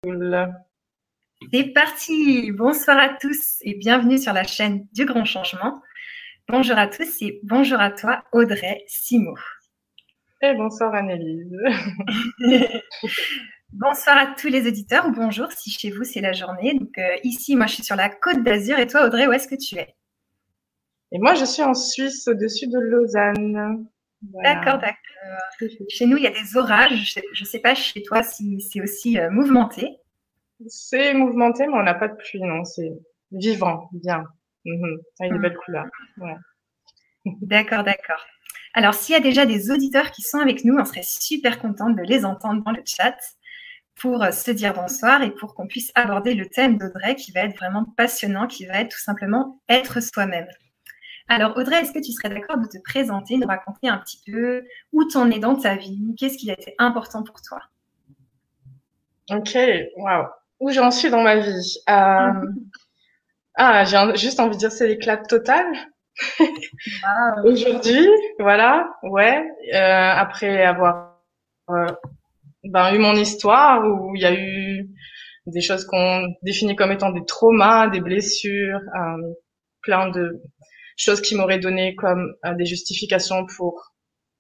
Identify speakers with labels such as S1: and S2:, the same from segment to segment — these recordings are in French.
S1: Cool.
S2: C'est parti! Bonsoir à tous et bienvenue sur la chaîne du Grand Changement. Bonjour à tous et bonjour à toi, Audrey Simot.
S1: Et bonsoir Annelise.
S2: Bonsoir à tous les auditeurs, ou bonjour si chez vous c'est la journée. Donc ici, moi je suis sur la Côte d'Azur et toi, Audrey, où est-ce que tu es?
S1: Et moi, je suis en Suisse, au-dessus de Lausanne.
S2: D'accord,
S1: Voilà.
S2: d'accord. Chez nous, il y a des orages. Je ne sais pas chez toi si c'est aussi mouvementé.
S1: C'est mouvementé, mais on n'a pas de pluie, non. C'est vivant, bien. Avec des belles couleurs. Ouais.
S2: D'accord, d'accord. Alors, s'il y a déjà des auditeurs qui sont avec nous, on serait super contente de les entendre dans le chat pour se dire bonsoir et pour qu'on puisse aborder le thème d'Audrey qui va être vraiment passionnant, qui va être tout simplement être soi-même. Alors, Audrey, est-ce que tu serais d'accord de te présenter, de raconter un petit peu où t'en es dans ta vie, qu'est-ce qui a été important pour toi?
S1: Ok, waouh. Où j'en suis dans ma vie? J'ai juste envie de dire c'est l'éclat total.
S2: Wow.
S1: Aujourd'hui, voilà, ouais. Après avoir euh, eu mon histoire, où il y a eu des choses qu'on définit comme étant des traumas, des blessures, plein de choses qui m'auraient donné comme des justifications pour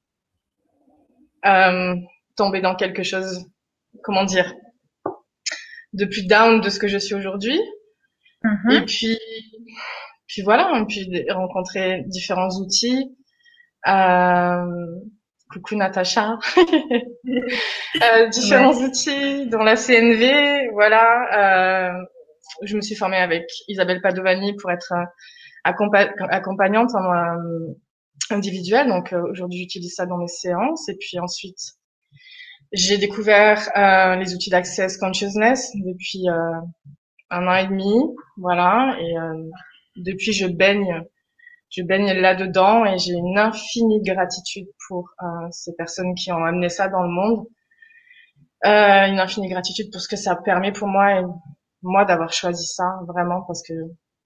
S1: euh, tomber dans quelque chose, comment dire, de plus down de ce que je suis aujourd'hui. Et puis voilà, et puis rencontrer différents outils. Euh, Coucou Natacha. Différents
S2: Ouais.
S1: outils dans la CNV, voilà. Je me suis formée avec Isabelle Padovani pour être accompagnante en individuelle. Donc aujourd'hui, j'utilise ça dans mes séances. Et puis ensuite, j'ai découvert les outils d'Access Consciousness depuis 1 an et demi, voilà. Et depuis, je baigne là-dedans et j'ai une infinie gratitude pour ces personnes qui ont amené ça dans le monde. Une infinie gratitude pour ce que ça permet pour moi et moi d'avoir choisi ça, vraiment, parce que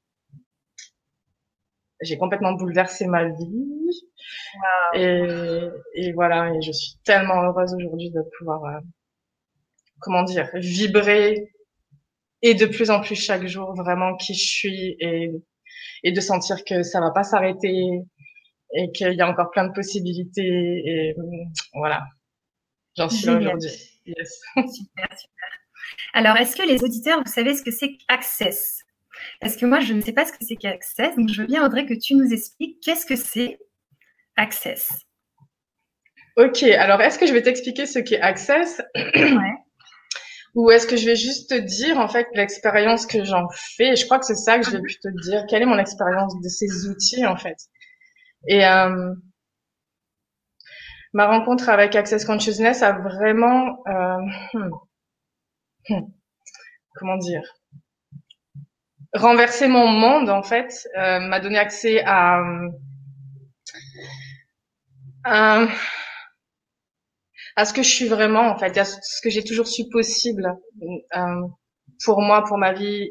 S1: j'ai complètement bouleversé ma vie. Et voilà, et je suis tellement heureuse aujourd'hui de pouvoir, comment dire, vibrer et de plus en plus chaque jour vraiment qui je suis et de sentir que ça va pas s'arrêter et qu'il y a encore plein de possibilités et voilà, j'en suis là
S2: Génial.
S1: aujourd'hui. Yes.
S2: Super, super. Alors, est-ce que les auditeurs, vous savez ce que c'est qu'Access? Parce que moi, je ne sais pas ce que c'est qu'Access, donc je veux bien, Audrey, que tu nous expliques qu'est-ce que c'est Access.
S1: Ok, alors est-ce que je vais t'expliquer ce qu'est Access
S2: Ouais.
S1: ou est-ce que je vais juste te dire en fait l'expérience que j'en fais? Et je crois que c'est ça que je vais plutôt te dire. Quelle est mon expérience de ces outils en fait? Et ma rencontre avec Access Consciousness a vraiment, comment dire, renversé mon monde en fait, m'a donné accès à, à ce que je suis vraiment en fait, à ce que j'ai toujours su possible pour moi, pour ma vie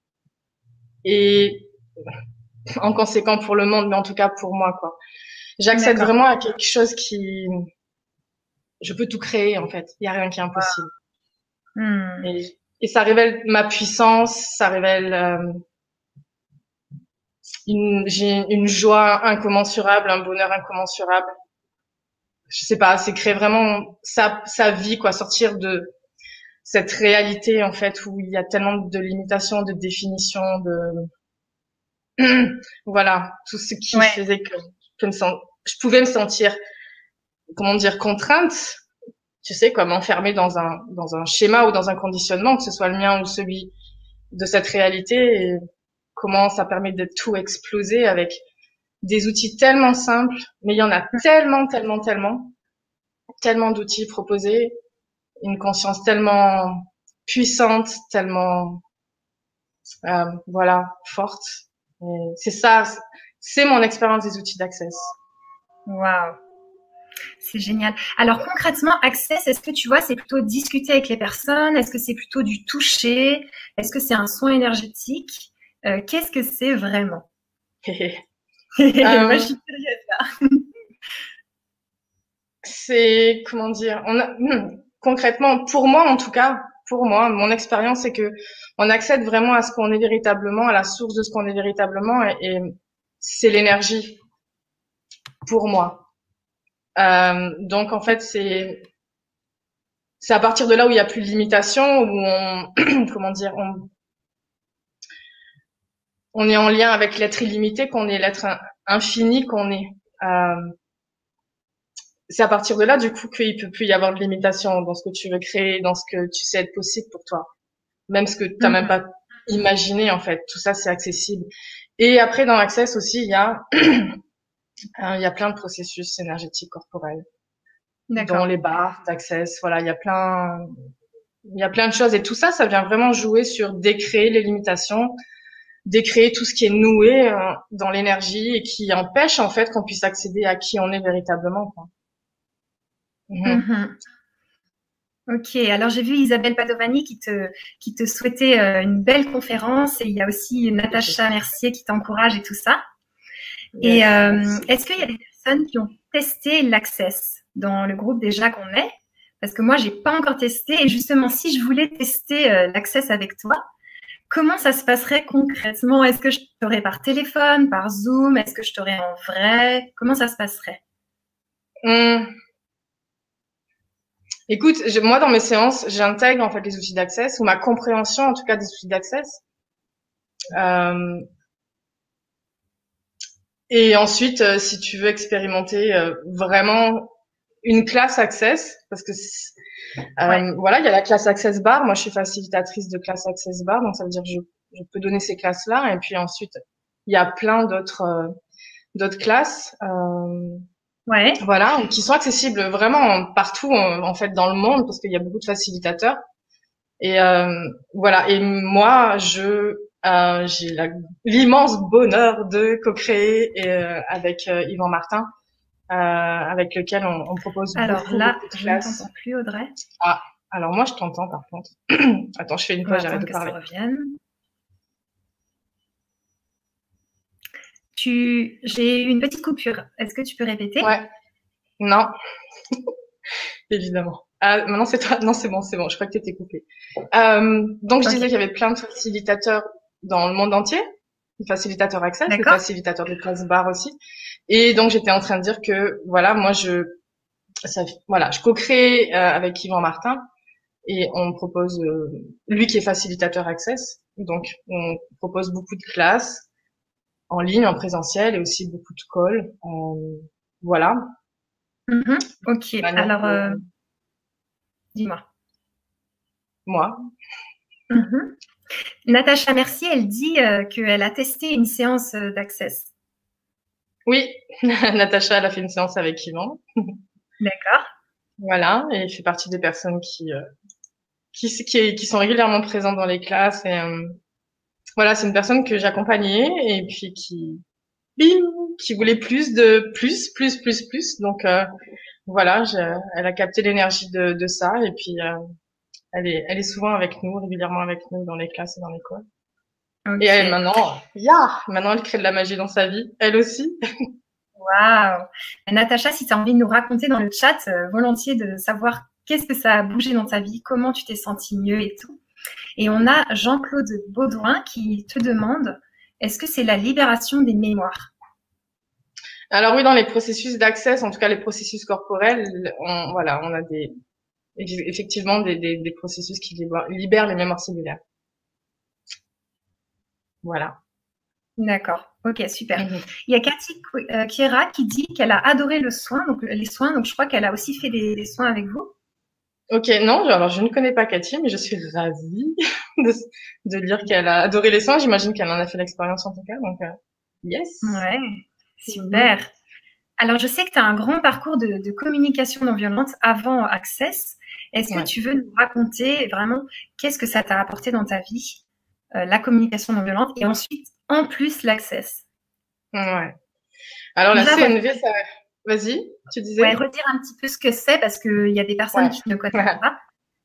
S1: et en conséquent pour le monde, mais en tout cas pour moi quoi. J'accède
S2: D'accord.
S1: vraiment à quelque chose qui, je peux tout créer en fait. Il y a rien qui est impossible.
S2: Hmm.
S1: Et ça révèle ma puissance, ça révèle j'ai une joie incommensurable, un bonheur incommensurable. Je sais pas, c'est créer vraiment sa vie quoi, sortir de cette réalité en fait où il y a tellement de limitations, de définitions, de voilà, tout ce qui
S2: Ouais.
S1: faisait que je pouvais me sentir, comment dire, contrainte, tu sais, comme enfermée dans un schéma ou dans un conditionnement, que ce soit le mien ou celui de cette réalité, et comment ça permet de tout exploser avec des outils tellement simples, mais il y en a tellement d'outils proposés, une conscience tellement puissante, tellement voilà, forte. C'est ça, c'est mon expérience des outils d'Access.
S2: Waouh. C'est génial. Alors concrètement, Access, est-ce que tu vois, c'est plutôt discuter avec les personnes? Est-ce que c'est plutôt du toucher? Est-ce que c'est un soin énergétique? Qu'est-ce que c'est vraiment? Moi, je
S1: euh,
S2: suis curieuse là.
S1: c'est comment dire, concrètement, pour moi en tout cas, pour moi, mon expérience, c'est que on accède vraiment à ce qu'on est véritablement, à la source de ce qu'on est véritablement, et c'est l'énergie pour moi. Donc en fait, c'est à partir de là où il y a plus de limitation, où on comment dire, on est en lien avec l'être illimité, qu'on est l'être infini, qu'on est. C'est à partir de là, du coup, qu'il peut plus y avoir de limitation dans ce que tu veux créer, dans ce que tu sais être possible pour toi. Même ce que t'as même pas imaginé, en fait. Tout ça, c'est accessible. Et après, dans Access aussi, il y a plein de processus énergétiques corporels. Dans les bars d'Access, voilà, il y a plein de choses. Et tout ça, ça vient vraiment jouer sur décréer les limitations, décréer tout ce qui est noué dans l'énergie et qui empêche, en fait, qu'on puisse accéder à qui on est véritablement, quoi.
S2: Ok, alors j'ai vu Isabelle Padovani qui te souhaitait une belle conférence, et il y a aussi Natacha Mercier qui t'encourage et tout ça. Et est-ce qu'il y a des personnes qui ont testé l'Access dans le groupe déjà qu'on est? Parce que moi, j'ai pas encore testé, et justement, si je voulais tester l'Access avec toi, comment ça se passerait concrètement? Est-ce que je t'aurais par téléphone, par Zoom? Est-ce que je t'aurais en vrai? Comment ça se passerait?
S1: Écoute, moi dans mes séances, j'intègre en fait les outils d'Access, ou ma compréhension en tout cas des outils d'Access. Et ensuite, si tu veux expérimenter vraiment une classe Access, parce que voilà, il y a la classe Access Bar. Moi, je suis facilitatrice de classe Access Bar, donc ça veut dire que je peux donner ces classes-là. Et puis ensuite, il y a plein d'autres classes. Voilà, qui sont accessibles vraiment partout en fait dans le monde, parce qu'il y a beaucoup de facilitateurs. Et voilà. Et moi, j'ai l'immense bonheur de co-créer avec Yvan Martin, avec lequel on propose beaucoup de classes.
S2: Je ne t'entends plus, Audrey.
S1: Ah, alors moi je t'entends par contre. Attends, je fais une pause, j'arrête de parler.
S2: Ça revienne. J'ai eu une petite coupure. Est-ce que tu peux répéter?
S1: Ouais. Non. Évidemment. Ah, maintenant c'est toi. Non, c'est bon. Je crois que t'étais coupée. Donc je disais qu'il y avait plein de facilitateurs dans le monde entier, des facilitateurs Access, des facilitateurs de classe bar aussi. Et donc j'étais en train de dire que voilà, moi je co-crée avec Yvan Martin, et on propose lui qui est facilitateur Access. Donc on propose beaucoup de classes en ligne, en présentiel, et aussi beaucoup de calls. Voilà.
S2: Ok. Alors, dis-moi.
S1: Moi.
S2: Natacha Mercier, elle dit qu'elle a testé une séance d'Access.
S1: Oui, Natacha, elle a fait une séance avec Yvan.
S2: D'accord.
S1: Voilà, et elle fait partie des personnes qui sont régulièrement présentes dans les classes. Et voilà, c'est une personne que j'accompagnais, et puis qui voulait plus. Donc voilà, elle a capté l'énergie de ça, et puis elle est souvent avec nous, régulièrement avec nous dans les classes et dans l'école. Okay. Et elle, maintenant elle crée de la magie dans sa vie, elle aussi.
S2: Waouh! Natacha, si tu as envie de nous raconter dans le chat, volontiers de savoir qu'est-ce que ça a bougé dans ta vie, comment tu t'es senti mieux et tout. Et on a Jean-Claude Baudouin qui te demande, est-ce que c'est la libération des mémoires?
S1: Alors oui, dans les processus d'Access, en tout cas les processus corporels, on a effectivement des processus qui libèrent les mémoires cellulaires. Voilà.
S2: D'accord. Ok, super. Il y a Cathy Kiera qui dit qu'elle a adoré les soins. Donc je crois qu'elle a aussi fait des soins avec vous.
S1: Ok, non, alors je ne connais pas Cathy, mais je suis ravie de lire qu'elle a adoré les soins. J'imagine qu'elle en a fait l'expérience en tout cas, donc yes.
S2: Ouais, super. Alors, je sais que tu as un grand parcours de communication non violente avant Access. Est-ce que tu veux nous raconter vraiment qu'est-ce que ça t'a apporté dans ta vie, la communication non violente, et ensuite, en plus, l'Access?
S1: Ouais. Alors, la CNV, ça... Vas-y, tu disais?
S2: Ouais, redire un petit peu ce que c'est, parce qu'il y a des personnes qui ne connaissent pas.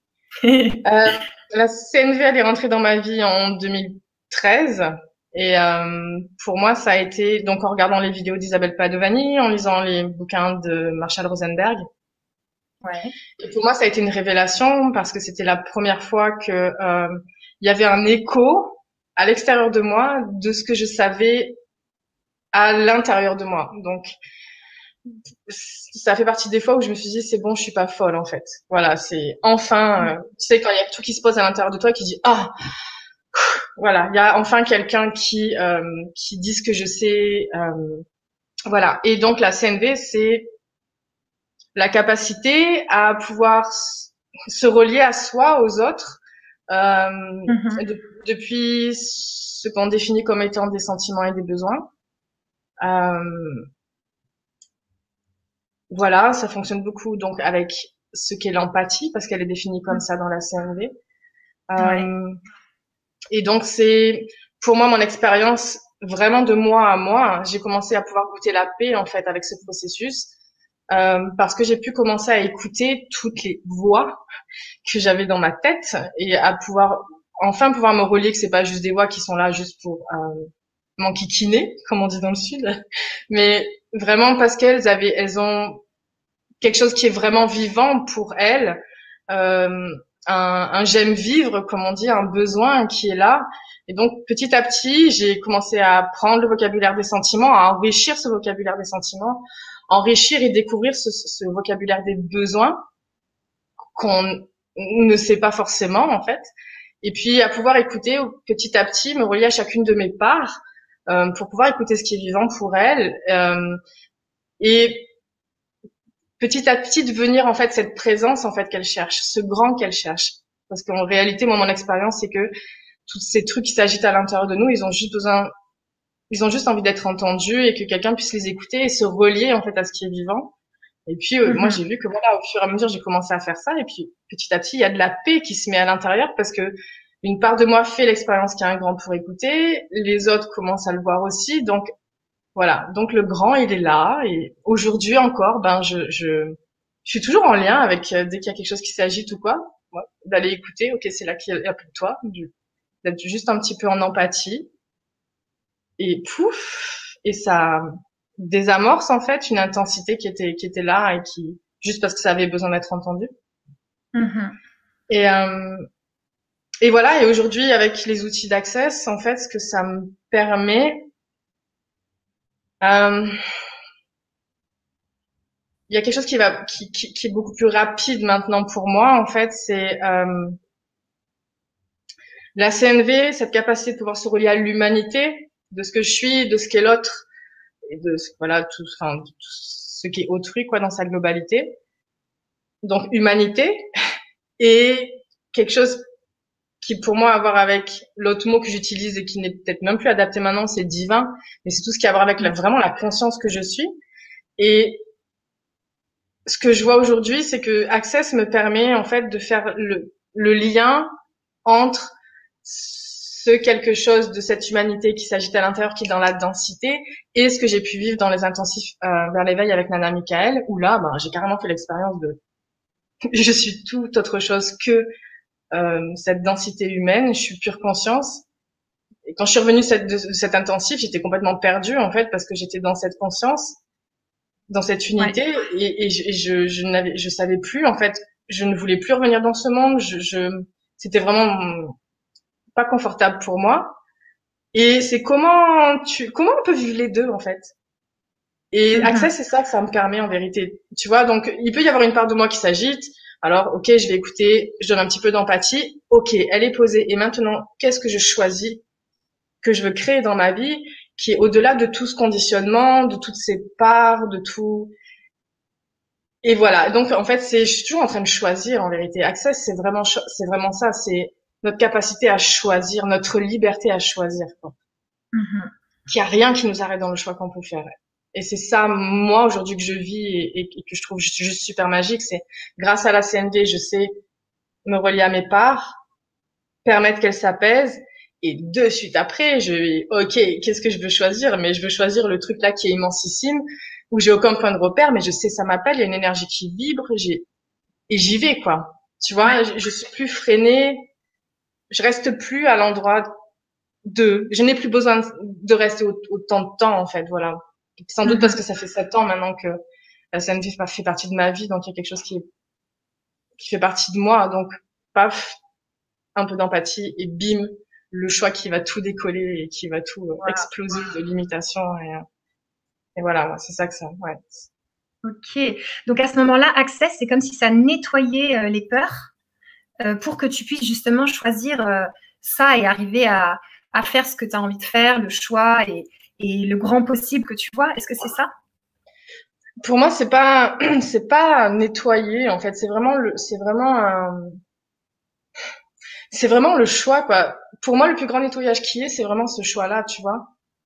S1: La CNV, elle est rentrée dans ma vie en 2013. Et pour moi, ça a été donc en regardant les vidéos d'Isabelle Padovani, en lisant les bouquins de Marshall Rosenberg.
S2: Ouais.
S1: Et pour moi, ça a été une révélation parce que c'était la première fois que il y avait un écho à l'extérieur de moi de ce que je savais à l'intérieur de moi. Donc, ça fait partie des fois où je me suis dit, c'est bon, je suis pas folle, en fait. Voilà, c'est enfin, tu sais, quand il y a tout qui se pose à l'intérieur de toi qui dit, ah, voilà, il y a enfin quelqu'un qui dit ce que je sais, voilà. Et donc, la CNV, c'est la capacité à pouvoir se relier à soi, aux autres, depuis ce qu'on définit comme étant des sentiments et des besoins. Voilà, ça fonctionne beaucoup donc avec ce qu'est l'empathie, parce qu'elle est définie comme ça dans la CNV.
S2: Ouais.
S1: Et donc c'est pour moi mon expérience vraiment de moi à moi. J'ai commencé à pouvoir goûter la paix en fait avec ce processus. Parce que j'ai pu commencer à écouter toutes les voix que j'avais dans ma tête et à pouvoir me relier que c'est pas juste des voix qui sont là juste pour m'enquiquiner, comme on dit dans le sud, mais vraiment parce elles ont quelque chose qui est vraiment vivant pour elles, un j'aime vivre, comme on dit, un besoin qui est là. Et donc petit à petit, j'ai commencé à prendre le vocabulaire des sentiments, à enrichir ce vocabulaire des sentiments, enrichir et découvrir ce vocabulaire des besoins qu'on ne sait pas forcément en fait, et puis à pouvoir écouter petit à petit, me relier à chacune de mes parts pour pouvoir écouter ce qui est vivant pour elles, et petit à petit devenir en fait cette présence en fait qu'elles cherchent, ce grand qu'elles cherchent. Parce qu'en réalité, moi mon expérience c'est que tous ces trucs qui s'agitent à l'intérieur de nous, ils ont juste envie d'être entendus et que quelqu'un puisse les écouter et se relier en fait à ce qui est vivant. Et puis moi j'ai vu que voilà, au fur et à mesure j'ai commencé à faire ça, et puis petit à petit il y a de la paix qui se met à l'intérieur parce que une part de moi fait l'expérience qu'il y a un grand pour écouter, les autres commencent à le voir aussi, donc voilà, donc le grand il est là, et aujourd'hui encore je suis toujours en lien avec dès qu'il y a quelque chose qui s'agite ou quoi, ouais, d'aller écouter, ok c'est là qu'il y a pour toi, d'être juste un petit peu en empathie, et pouf, et ça désamorce en fait une intensité qui était là et qui juste parce que ça avait besoin d'être entendu. Et et voilà, et aujourd'hui avec les outils d'Access, en fait ce que ça me permet, il y a quelque chose qui est beaucoup plus rapide maintenant pour moi en fait, c'est la CNV, cette capacité de pouvoir se relier à l'humanité de ce que je suis, de ce qu'est l'autre, et de voilà tout ce qui est autrui quoi dans sa globalité. Donc humanité, et quelque chose qui pour moi a à voir avec l'autre mot que j'utilise et qui n'est peut-être même plus adapté maintenant, c'est divin, mais c'est tout ce qui a à voir avec vraiment la conscience que je suis. Et ce que je vois aujourd'hui, c'est que Access me permet en fait de faire le lien entre ce quelque chose de cette humanité qui s'agite à l'intérieur, qui est dans la densité, et ce que j'ai pu vivre dans les intensifs vers l'éveil avec Nana Michael, où là, j'ai carrément fait l'expérience de je suis tout autre chose que cette densité humaine, je suis pure conscience. Et quand je suis revenue de cet intensif, j'étais complètement perdue en fait parce que j'étais dans cette conscience, dans cette unité, ouais. Et je savais plus en fait, je ne voulais plus revenir dans ce monde. C'était vraiment pas confortable pour moi. Et c'est comment on peut vivre les deux en fait. Et Access, c'est ça que ça me permet en vérité. Tu vois, donc il peut y avoir une part de moi qui s'agite. Alors, ok, je vais écouter, je donne un petit peu d'empathie. Ok, elle est posée. Et maintenant, qu'est-ce que je choisis, que je veux créer dans ma vie, qui est au-delà de tout ce conditionnement, de toutes ces parts, de tout. Et voilà. Donc, en fait, je suis toujours en train de choisir, en vérité. Access, c'est vraiment ça. C'est notre capacité à choisir, notre liberté à choisir, quoi. Qu'il n'y a rien qui nous arrête dans le choix qu'on peut faire. Et c'est ça, moi, aujourd'hui, que je vis et que je trouve juste super magique. C'est grâce à la CNV, je sais me relier à mes parts, permettre qu'elles s'apaisent. Et de suite après, ok, qu'est-ce que je veux choisir? Mais je veux choisir le truc là qui est immensissime, où j'ai aucun point de repère, mais je sais, ça m'appelle, il y a une énergie qui vibre, et j'y vais, quoi. Tu vois, je suis plus freinée, je reste plus à l'endroit je n'ai plus besoin de rester autant de temps, en fait, voilà. Sans doute parce que ça fait 7 ans maintenant que la CNV fait partie de ma vie, donc il y a quelque chose qui est qui fait partie de moi. Donc, paf, un peu d'empathie et bim, le choix qui va tout décoller et qui va tout exploser de limitation. Et voilà, c'est ça que ça, ouais.
S2: Ok. Donc, à ce moment-là, Access, c'est comme si ça nettoyait les peurs pour que tu puisses justement choisir ça et arriver à faire ce que tu as envie de faire, le choix et le grand possible que tu vois. Est-ce que c'est ça?
S1: Pour moi, c'est pas nettoyer, en fait. C'est vraiment le choix, quoi. Pour moi, le plus grand nettoyage qui est, c'est vraiment ce choix-là, tu vois.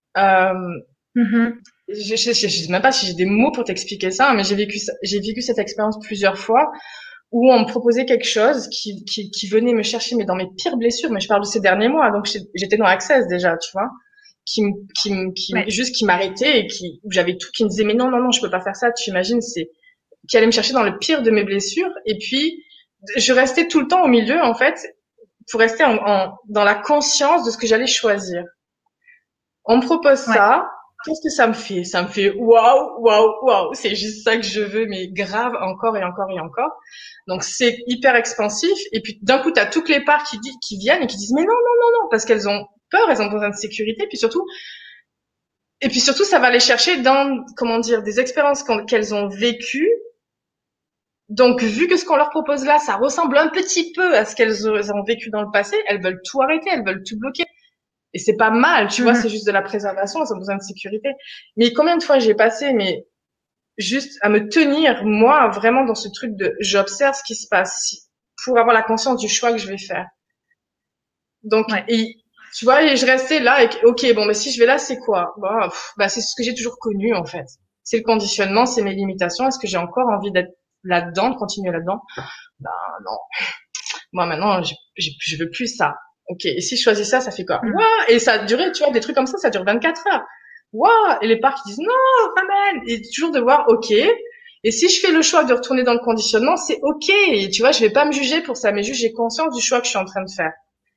S1: Je sais même pas si j'ai des mots pour t'expliquer ça, mais j'ai vécu cette expérience plusieurs fois où on me proposait quelque chose qui venait me chercher, mais dans mes pires blessures. Mais je parle de ces derniers mois, donc j'étais dans Access déjà, tu vois, juste qui m'arrêtait et où j'avais tout qui me disait mais non, je peux pas faire ça. Tu imagines, qui allait me chercher dans le pire de mes blessures. Et puis je restais tout le temps au milieu, en fait, pour rester dans la conscience de ce que j'allais choisir. On me propose ça. Qu'est-ce que ça me fait? Ça me fait waouh. C'est juste ça que je veux, mais grave, encore et encore et encore. Donc, c'est hyper expansif. Et puis, d'un coup, t'as toutes les parts qui viennent et qui disent, mais non, parce qu'elles ont peur, elles ont besoin de sécurité. Puis surtout, ça va les chercher dans, comment dire, des expériences qu'elles ont vécues. Donc, vu que ce qu'on leur propose là, ça ressemble un petit peu à ce qu'elles ont vécu dans le passé, elles veulent tout arrêter, elles veulent tout bloquer. Et c'est pas mal, tu vois, c'est juste de la préservation, elles ont besoin de sécurité. Mais combien de fois j'ai passé, mais juste à me tenir, moi, vraiment dans ce truc de j'observe ce qui se passe pour avoir la conscience du choix que je vais faire. Donc, et, tu vois, et je restais là et ok, bon, mais si je vais là, c'est quoi? C'est ce que j'ai toujours connu, en fait. C'est le conditionnement, c'est mes limitations. Est-ce que j'ai encore envie d'être là-dedans, de continuer là-dedans? Ben, non. Moi, maintenant, je veux plus ça. Ok, et si je choisis ça, ça fait quoi? Et ça a duré, tu vois, des trucs comme ça dure 24 heures. Et les parts qui disent non, pas mal. Et toujours de voir, ok. Et si je fais le choix de retourner dans le conditionnement, c'est ok. Et tu vois, je vais pas me juger pour ça, mais juste j'ai conscience du choix que je suis en train de faire.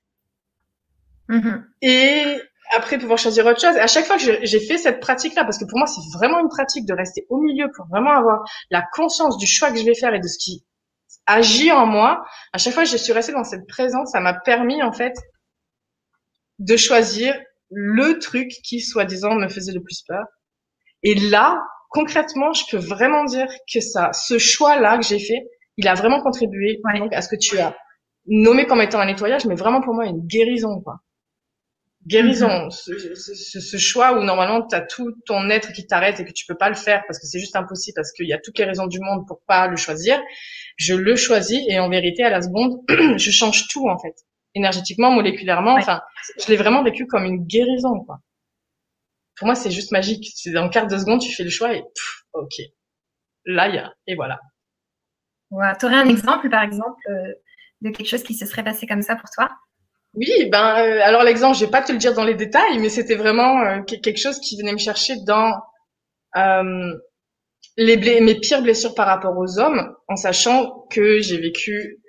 S1: Et après, pouvoir choisir autre chose. Et à chaque fois que j'ai fait cette pratique-là, parce que pour moi, c'est vraiment une pratique de rester au milieu pour vraiment avoir la conscience du choix que je vais faire et de ce qui agit en moi. À chaque fois que je suis restée dans cette présence, ça m'a permis, en fait, de choisir le truc qui, soi-disant, me faisait le plus peur. Et là, concrètement, je peux vraiment dire que ce choix-là que j'ai fait, il a vraiment contribué donc, à ce que tu as nommé comme étant un nettoyage, mais vraiment pour moi une guérison, quoi. Guérison, ce choix où normalement tu as tout ton être qui t'arrête et que tu peux pas le faire parce que c'est juste impossible, parce qu'il y a toutes les raisons du monde pour pas le choisir. Je le choisis et en vérité, à la seconde, je change tout, en fait. Énergétiquement, moléculairement, enfin, je l'ai vraiment vécu comme une guérison, quoi. Pour moi, c'est juste magique. C'est dans le quart de seconde, tu fais le choix et ok. Là, et voilà.
S2: Tu aurais un exemple, par exemple, de quelque chose qui se serait passé comme ça pour toi?
S1: Oui, alors l'exemple, je vais pas te le dire dans les détails, mais c'était vraiment quelque chose qui venait me chercher dans mes pires blessures par rapport aux hommes, en sachant que j'ai vécu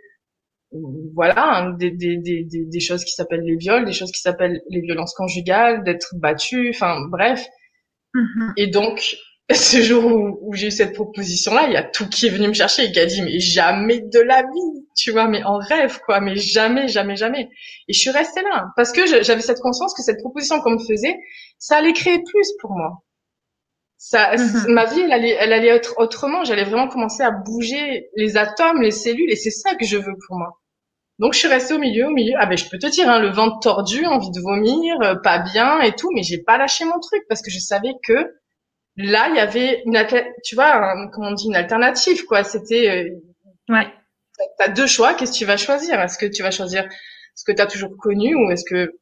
S1: des choses qui s'appellent les viols, des choses qui s'appellent les violences conjugales, d'être battue, enfin bref. Et donc ce jour où j'ai eu cette proposition-là, il y a tout qui est venu me chercher et qui a dit mais jamais de la vie, tu vois, mais en rêve quoi, mais jamais. Et je suis restée là parce que j'avais cette conscience que cette proposition qu'on me faisait, ça allait créer plus pour moi. Ma vie, elle allait être autrement. J'allais vraiment commencer à bouger les atomes, les cellules, et c'est ça que je veux pour moi. Donc, je suis restée au milieu. Ah ben, je peux te dire, hein, le ventre tordu, envie de vomir, pas bien et tout, mais j'ai pas lâché mon truc parce que je savais que là, il y avait tu vois, comment on dit, une alternative, quoi. C'était, t'as deux choix. Qu'est-ce que tu vas choisir? Est-ce que tu vas choisir ce que t'as toujours connu ou est-ce que,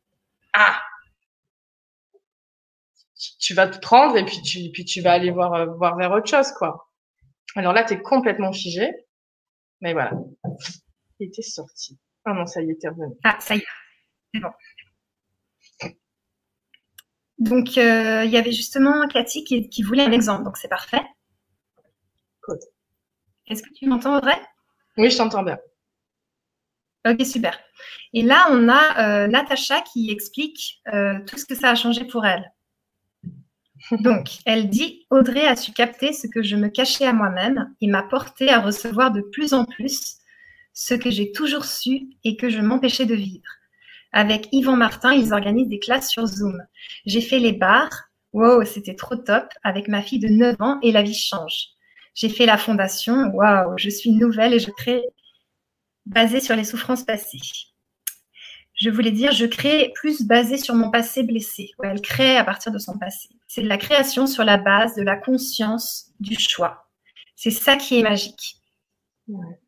S1: tu vas te prendre et puis tu vas aller voir vers autre chose, quoi. Alors là, t'es complètement figé. Mais voilà. Il était sorti. Ah non, ça y est, t'es revenu.
S2: Ah, ça y est. C'est bon. Donc, il y avait justement Cathy qui voulait un exemple, donc c'est parfait.
S1: Cool.
S2: Est-ce que tu m'entends, Audrey?
S1: Oui, je t'entends bien.
S2: Ok, super. Et là, on a Natacha qui explique tout ce que ça a changé pour elle. Donc, elle dit « Audrey a su capter ce que je me cachais à moi-même et m'a porté à recevoir de plus en plus ce que j'ai toujours su et que je m'empêchais de vivre. Avec Yvan Martin, ils organisent des classes sur Zoom. J'ai fait les bars. Wow, c'était trop top avec ma fille de 9 ans et la vie change. J'ai fait la fondation. Waouh, je suis nouvelle et je crée basée sur les souffrances passées. Je voulais dire, je crée plus basé sur mon passé blessé. Ouais, elle crée à partir de son passé. C'est de la création sur la base de la conscience du choix. C'est ça qui est magique.
S1: Ouais.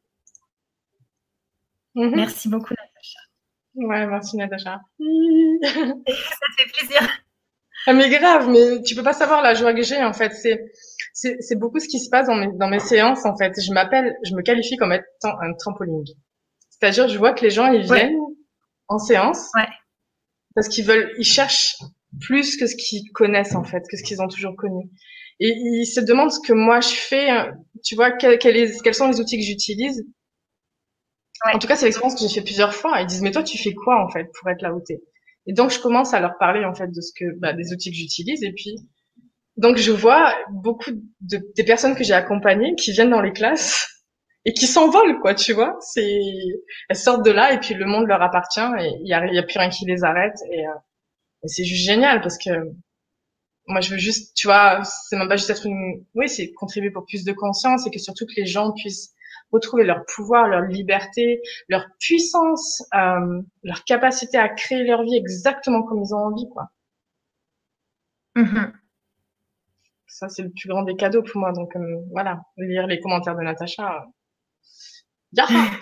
S2: Merci beaucoup, Natacha.
S1: Ouais, merci, Natacha.
S2: Ça te fait plaisir.
S1: Ah, mais grave, mais tu peux pas savoir la joie que j'ai, en fait. C'est beaucoup ce qui se passe dans mes séances, en fait. Je me qualifie comme étant un trampoline. C'est-à-dire, je vois que les gens, ils viennent en séance.
S2: Ouais.
S1: Parce ils cherchent plus que ce qu'ils connaissent, en fait, que ce qu'ils ont toujours connu. Et ils se demandent ce que moi je fais, tu vois, quels sont les outils que j'utilise. Ouais. En tout cas, c'est l'expérience que j'ai fait plusieurs fois. Ils disent, mais toi, tu fais quoi, en fait, pour être là où t'es? Et donc, je commence à leur parler, en fait, des outils que j'utilise. Et puis, donc, je vois beaucoup des personnes que j'ai accompagnées qui viennent dans les classes et qui s'envolent, quoi, tu vois. Elles sortent de là et puis le monde leur appartient et il y a plus rien qui les arrête et c'est juste génial parce que moi, je veux juste, tu vois, c'est même pas juste c'est contribuer pour plus de conscience et que surtout que les gens puissent retrouver leur pouvoir, leur liberté, leur puissance, leur capacité à créer leur vie exactement comme ils ont envie, quoi. Ça, c'est le plus grand des cadeaux pour moi. Donc, voilà, lire les commentaires de Natacha.
S2: Yeah,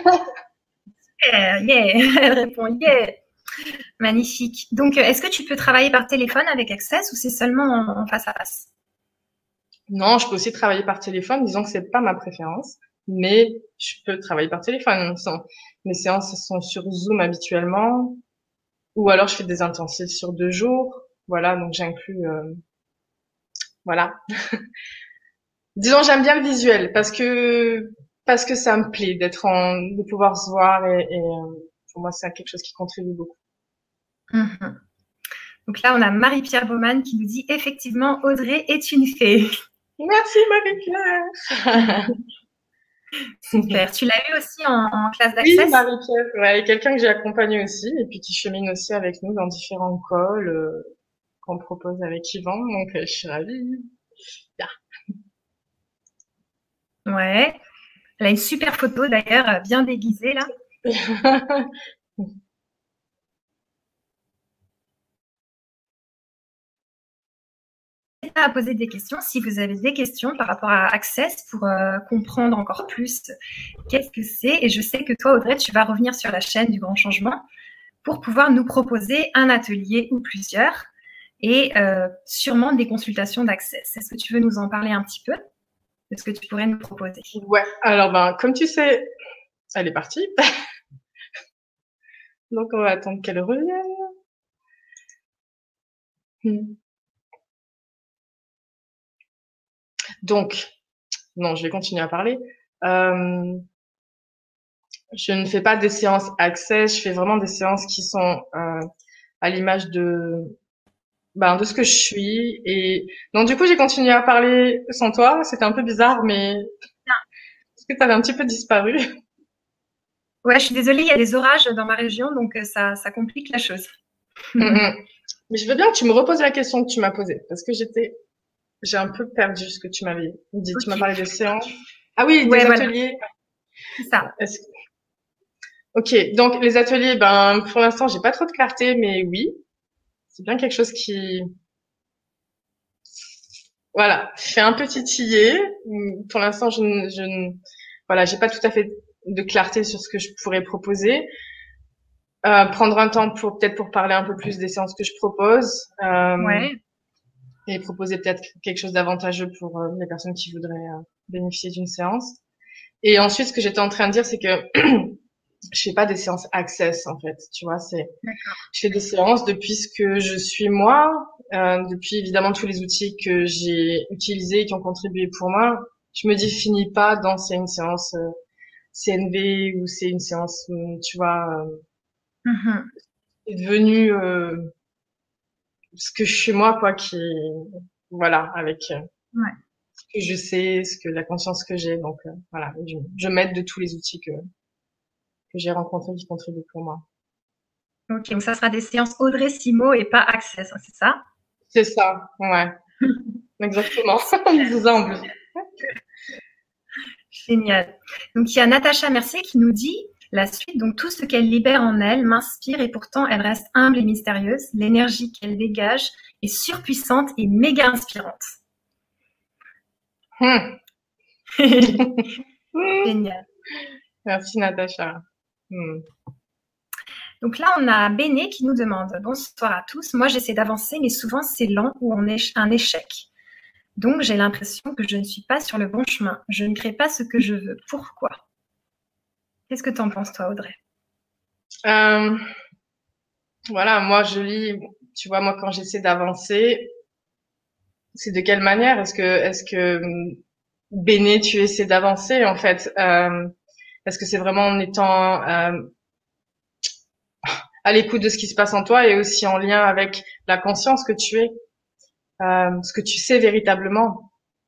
S2: elle répond yeah. Magnifique. Donc, est-ce que tu peux travailler par téléphone avec Access ou c'est seulement en face à face?
S1: Non, je peux aussi travailler par téléphone. Disons que c'est pas ma préférence, mais je peux travailler par téléphone. Mes séances sont sur Zoom habituellement, ou alors je fais des intensifs sur 2 jours. Voilà, donc j'inclus, voilà. Disons, j'aime bien le visuel parce que ça me plaît de pouvoir se voir et pour moi c'est quelque chose qui contribue beaucoup.
S2: Donc là, on a Marie-Pierre Baumann qui nous dit effectivement, Audrey est une fée.
S1: Merci Marie-Pierre.
S2: Super. Tu l'as eu aussi en classe d'accès?
S1: Oui, Marie-Pierre, ouais, quelqu'un que j'ai accompagné aussi et puis qui chemine aussi avec nous dans différents calls qu'on propose avec Yvan, donc je suis ravie. Yeah.
S2: Ouais. Elle a une super photo d'ailleurs, bien déguisée là. N'hésitez pas à poser des questions si vous avez des questions par rapport à Access pour comprendre encore plus qu'est-ce que c'est. Et je sais que toi, Audrey, tu vas revenir sur la chaîne du Grand Changement pour pouvoir nous proposer un atelier ou plusieurs et sûrement des consultations d'Access. Est-ce que tu veux nous en parler un petit peu de ce que tu pourrais nous proposer?
S1: Ouais, alors comme tu sais, elle est partie. Donc on va attendre qu'elle revienne. Donc, non, je vais continuer à parler. Je ne fais pas des séances Access, je fais vraiment des séances qui sont à l'image de ce que je suis. Et donc du coup, j'ai continué à parler sans toi. C'était un peu bizarre, mais parce que tu avais un petit peu disparu.
S2: Ouais, je suis désolée, il y a des orages dans ma région, donc ça complique la chose.
S1: Mais je veux bien que tu me reposes la question que tu m'as posée, parce que j'ai un peu perdu ce que tu m'avais dit. Okay. Tu m'as parlé de séances. Ah oui, des ateliers.
S2: Voilà. C'est ça.
S1: Ok, donc les ateliers, pour l'instant, j'ai pas trop de clarté, mais oui, c'est bien quelque chose qui, voilà, fait un peu titiller. Pour l'instant, voilà, j'ai pas tout à fait de clarté sur ce que je pourrais proposer. Prendre un temps pour parler un peu plus des séances que je propose. Et proposer peut-être quelque chose d'avantageux pour les personnes qui voudraient bénéficier d'une séance. Et ensuite, ce que j'étais en train de dire, c'est que je fais pas des séances Access, en fait. Tu vois, je fais des séances depuis ce que je suis moi, depuis évidemment tous les outils que j'ai utilisés et qui ont contribué pour moi. Je me définis pas dans c'est une séance CNV ou c'est une séance, tu vois, est devenu ce que je suis moi, quoi, voilà, avec ce que je sais, la conscience que j'ai. Donc voilà, je m'aide de tous les outils j'ai rencontrés qui contribuent pour moi.
S2: Ok, donc ça sera des séances Audrey Simo et pas Access, c'est ça?
S1: C'est ça, ouais. Exactement. Exemple.
S2: Génial. Donc, il y a Natacha Mercier qui nous dit la suite. Donc, tout ce qu'elle libère en elle m'inspire et pourtant, elle reste humble et mystérieuse. L'énergie qu'elle dégage est surpuissante et méga inspirante. Génial.
S1: Merci, Natacha.
S2: Donc là, on a Béné qui nous demande « Bonsoir à tous. Moi, j'essaie d'avancer, mais souvent, c'est lent ou on est un échec. Donc, j'ai l'impression que je ne suis pas sur le bon chemin. Je ne crée pas ce que je veux. Pourquoi ?» Qu'est-ce que tu en penses, toi, Audrey?
S1: Voilà, moi, je lis, tu vois, moi, quand j'essaie d'avancer, c'est de quelle manière? Est-ce que Béné, tu essaies d'avancer, en fait? Est-ce que c'est vraiment en étant à l'écoute de ce qui se passe en toi et aussi en lien avec la conscience que tu es, ce que tu sais véritablement?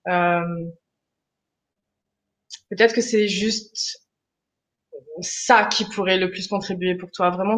S1: Peut-être que c'est juste ça qui pourrait le plus contribuer pour toi, vraiment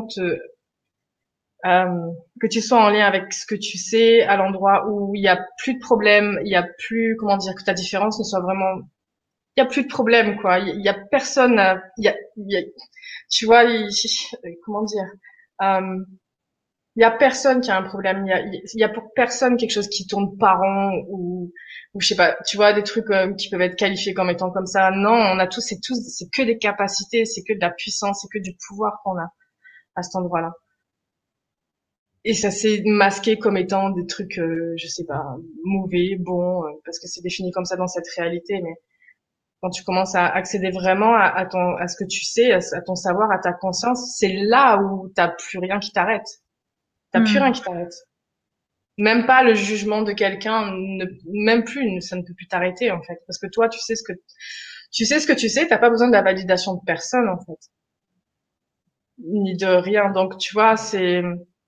S1: que tu sois en lien avec ce que tu sais, à l'endroit où il y a plus de problèmes, il y a plus, comment dire, que ta différence ne soit vraiment, il y a plus de problèmes, quoi. Il y a personne, tu vois, comment dire, il y a personne qui a un problème, il y a pour personne quelque chose qui tourne pas rond ou je sais pas, tu vois, des trucs qui peuvent être qualifiés comme étant comme ça. Non, on a tous, c'est que des capacités, c'est que de la puissance, c'est que du pouvoir qu'on a à cet endroit-là. Et ça s'est masqué comme étant des trucs, je sais pas, mauvais, bons, parce que c'est défini comme ça dans cette réalité. Mais quand tu commences à accéder vraiment à ce que tu sais, à ton savoir, à ta conscience, c'est là où t'as plus rien qui t'arrête. T'as plus rien qui t'arrête. Même pas le jugement de quelqu'un, même plus, ça ne peut plus t'arrêter en fait, parce que toi, tu sais ce que tu sais. T'as pas besoin de la validation de personne en fait, ni de rien. Donc tu vois, c'est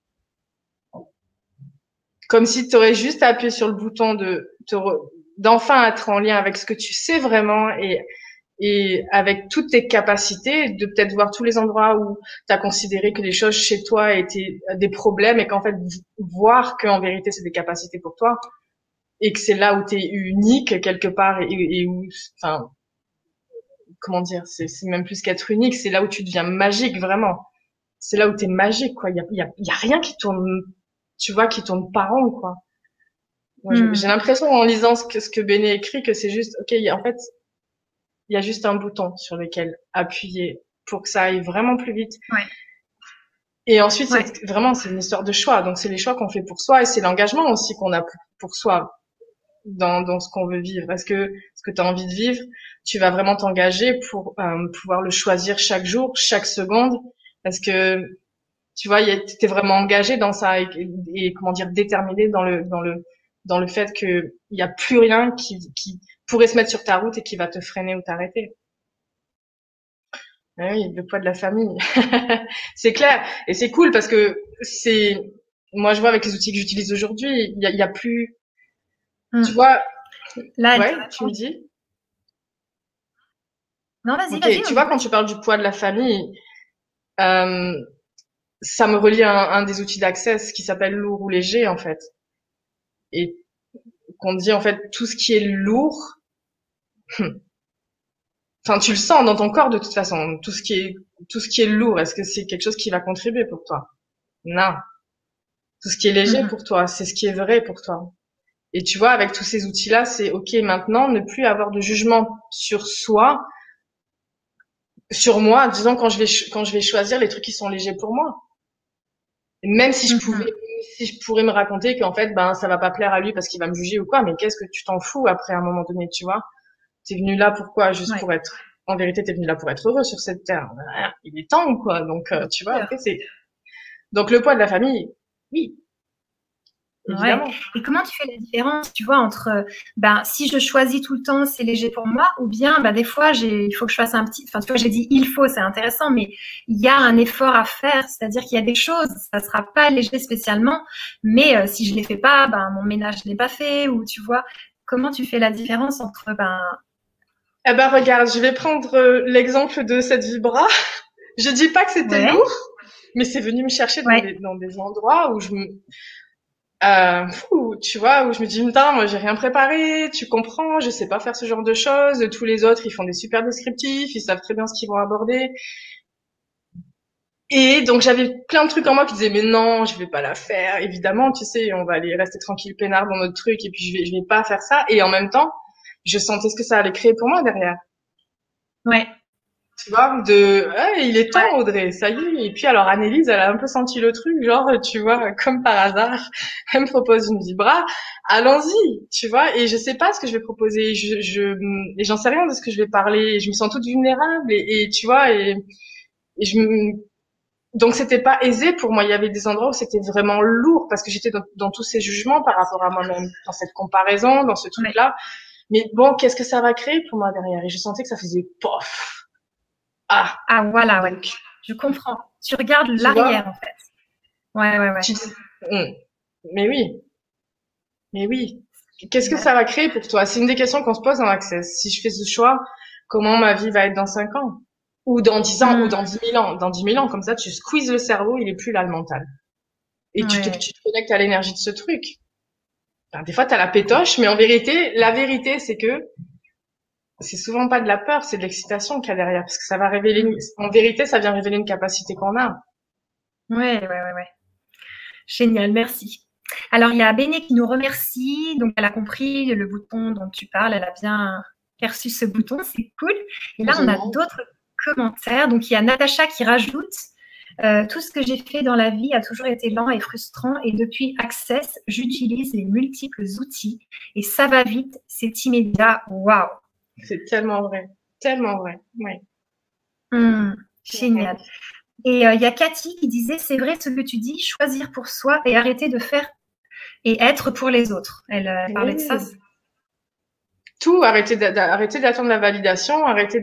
S1: comme si tu aurais juste appuyé sur le bouton d'enfin être en lien avec ce que tu sais vraiment et avec toutes tes capacités, de peut-être voir tous les endroits où tu as considéré que les choses chez toi étaient des problèmes et qu'en fait voir qu'en vérité c'est des capacités pour toi et que c'est là où tu es unique quelque part et où, enfin, comment dire, c'est même plus qu'être unique, c'est là où tu deviens magique vraiment. C'est là où t'es magique, quoi. Il y a rien qui tourne, tu vois, qui tourne pas rond, quoi. Moi, j'ai l'impression en lisant ce que Béné écrit que c'est juste, ok, en fait, il y a juste un bouton sur lequel appuyer pour que ça aille vraiment plus vite.
S2: Ouais.
S1: Et ensuite, c'est une histoire de choix. Donc, c'est les choix qu'on fait pour soi et c'est l'engagement aussi qu'on a pour soi dans ce qu'on veut vivre. Est-ce que tu as envie de vivre? Tu vas vraiment t'engager pour pouvoir le choisir chaque jour, chaque seconde. Parce que tu vois, t'es vraiment engagé dans ça et comment dire, déterminé dans le fait que il y a plus rien qui pourrait se mettre sur ta route et qui va te freiner ou t'arrêter. Oui, le poids de la famille. C'est clair. Et c'est cool parce que moi je vois avec les outils que j'utilise aujourd'hui, il y a plus, tu vois,
S2: là,
S1: ouais, tu me dis?
S2: Non, vas-y,
S1: Ok,
S2: vas-y.
S1: tu vois, quand tu parles du poids de la famille, ça me relie à un des outils d'Access qui s'appelle lourd ou léger, en fait. Et qu'on dit, en fait, tout ce qui est lourd, enfin, tu le sens dans ton corps de toute façon. Tout ce qui est lourd, est-ce que c'est quelque chose qui va contribuer pour toi? Non. Tout ce qui est léger pour toi, c'est ce qui est vrai pour toi. Et tu vois, avec tous ces outils-là, c'est ok maintenant, ne plus avoir de jugement sur soi, sur moi, disons quand je vais choisir les trucs qui sont légers pour moi. Et même si je pourrais me raconter qu'en fait, ben ça va pas plaire à lui parce qu'il va me juger ou quoi, mais qu'est-ce que tu t'en fous après à un moment donné, tu vois? T'es venu là pourquoi? Juste pour être. En vérité, t'es venu là pour être heureux sur cette terre. Il est temps, quoi. Donc, tu vois, après c'est. Donc le poids de la famille, oui. Évidemment.
S2: Ouais. Et comment tu fais la différence, tu vois, entre si je choisis tout le temps, c'est léger pour moi, ou bien des fois, il faut que je fasse un petit. Enfin, tu vois, j'ai dit il faut, c'est intéressant, mais il y a un effort à faire, c'est-à-dire qu'il y a des choses, ça sera pas léger spécialement, mais si je les fais pas, mon ménage n'est pas fait, ou tu vois, comment tu fais la différence entre
S1: Eh ben regarde, je vais prendre l'exemple de cette vibra. Je dis pas que c'était
S2: Ouais.
S1: lourd, mais c'est venu me chercher dans des endroits où tu vois, où je me dis, putain, moi j'ai rien préparé, tu comprends, je sais pas faire ce genre de choses. Tous les autres, ils font des super descriptifs, ils savent très bien ce qu'ils vont aborder. Et donc j'avais plein de trucs en moi qui disaient, mais non, je vais pas la faire. Évidemment, tu sais, on va aller rester tranquille, peinard dans notre truc, et puis je vais pas faire ça. Et en même temps, je sentais ce que ça allait créer pour moi derrière.
S2: Ouais.
S1: Tu vois, il est temps, Audrey, ça y est. Et puis alors, Annelise, elle a un peu senti le truc, genre, tu vois, comme par hasard, elle me propose une vibra, allons-y, tu vois, et je sais pas ce que je vais proposer, et j'en sais rien de ce que je vais parler, et je me sens toute vulnérable, et tu vois, et donc c'était pas aisé pour moi, il y avait des endroits où c'était vraiment lourd, parce que j'étais dans tous ces jugements par rapport à moi-même, dans cette comparaison, dans ce truc-là, mais bon, qu'est-ce que ça va créer pour moi derrière? Et je sentais que ça faisait pof.
S2: Ah, voilà, ouais. Je comprends. Tu regardes l'arrière, en fait. Ouais.
S1: Mais oui. Mais oui. Qu'est-ce que ça va créer pour toi? C'est une des questions qu'on se pose en Access. Si je fais ce choix, comment ma vie va être dans 5 ans? Ou dans 10 ans, ou dans 10 000 ans? Dans 10 000 ans, comme ça, tu squeezes le cerveau, il est plus là, le mental. Et tu te connectes à l'énergie de ce truc. Enfin, des fois, t'as la pétoche, mais en vérité, la vérité, c'est que c'est souvent pas de la peur, c'est de l'excitation qu'il y a derrière, parce que ça va révéler, en vérité, ça vient révéler une capacité qu'on a.
S2: Ouais. Génial, merci. Alors, il y a Béné qui nous remercie. Donc, elle a compris le bouton dont tu parles. Elle a bien perçu ce bouton. C'est cool. Et là, on a d'autres commentaires. Donc, il y a Natacha qui rajoute tout ce que j'ai fait dans la vie a toujours été lent et frustrant. Et depuis Access, j'utilise les multiples outils. Et ça va vite. C'est immédiat. Waouh!
S1: C'est tellement vrai. Tellement vrai. Oui.
S2: Génial. Et il y a Cathy qui disait, c'est vrai ce que tu dis, choisir pour soi et arrêter de faire et être pour les autres. Elle parlait de ça.
S1: Tout, arrêter d'attendre la validation,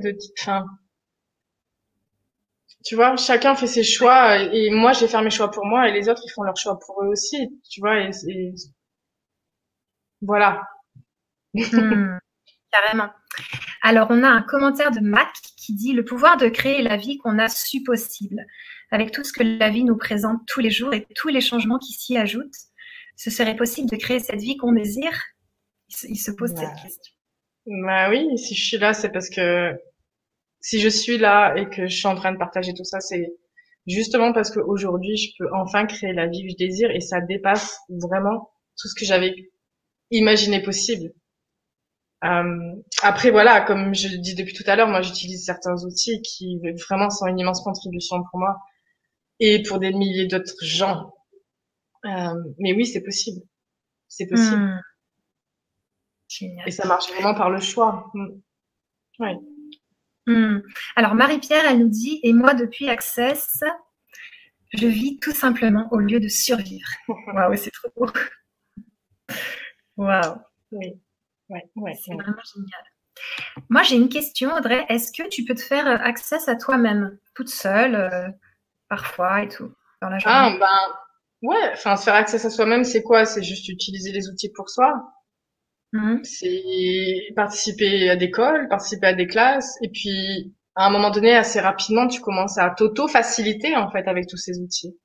S1: tu vois, chacun fait ses choix et moi, je vais faire mes choix pour moi et les autres, ils font leurs choix pour eux aussi, tu vois, et voilà.
S2: Carrément. Alors, on a un commentaire de Mac qui dit « Le pouvoir de créer la vie qu'on a su possible, avec tout ce que la vie nous présente tous les jours et tous les changements qui s'y ajoutent, ce serait possible de créer cette vie qu'on désire ?» Il se pose cette question.
S1: Bah oui, si je suis là, c'est parce que si je suis là et que je suis en train de partager tout ça, c'est justement parce qu'aujourd'hui, je peux enfin créer la vie que je désire et ça dépasse vraiment tout ce que j'avais imaginé possible. Après voilà, comme je le dis depuis tout à l'heure, moi j'utilise certains outils qui vraiment sont une immense contribution pour moi et pour des milliers d'autres gens. Mais oui, c'est possible. C'est possible.
S2: Génial.
S1: Et ça marche vraiment par le choix. Ouais.
S2: Alors Marie-Pierre, elle nous dit « Et moi, depuis Access, je vis tout simplement au lieu de survivre. » Waouh, c'est trop beau. Waouh.
S1: Oui. Ouais.
S2: C'est vraiment génial. Moi, j'ai une question, Audrey. Est-ce que tu peux te faire Access à toi-même, toute seule, parfois et tout, dans la journée?
S1: Ouais. Enfin, se faire Access à soi-même, c'est quoi? C'est juste utiliser les outils pour soi. C'est participer à des calls, participer à des classes, et puis à un moment donné, assez rapidement, tu commences à t'auto-faciliter en fait avec tous ces outils.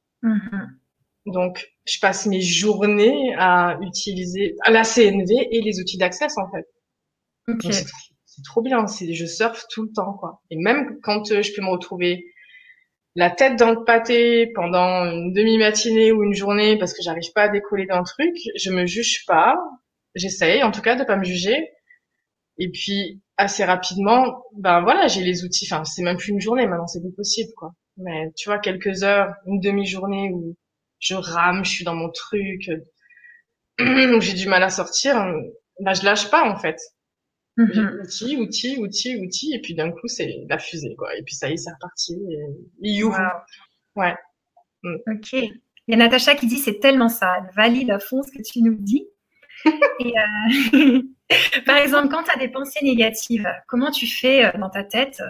S1: Donc, je passe mes journées à utiliser la CNV et les outils d'Access en fait. Donc, c'est trop bien. Je surfe tout le temps quoi. Et même quand je peux me retrouver la tête dans le pâté pendant une demi-matinée ou une journée parce que j'arrive pas à décoller d'un truc, je me juge pas. J'essaye, en tout cas, de pas me juger. Et puis, assez rapidement, ben voilà, j'ai les outils. Enfin, c'est même plus une journée maintenant, c'est plus possible, quoi. Mais tu vois, quelques heures, une demi-journée où je rame, je suis dans mon truc, où j'ai du mal à sortir, ben je lâche pas en fait. J'ai outils, et puis d'un coup, c'est la fusée, quoi. Et puis ça y est, c'est reparti. Et youhou. Ouais.
S2: Ok. Il y a Natacha qui dit c'est tellement ça. Elle valide à fond ce que tu nous dis. Et par exemple, quand tu as des pensées négatives, comment tu fais dans ta tête?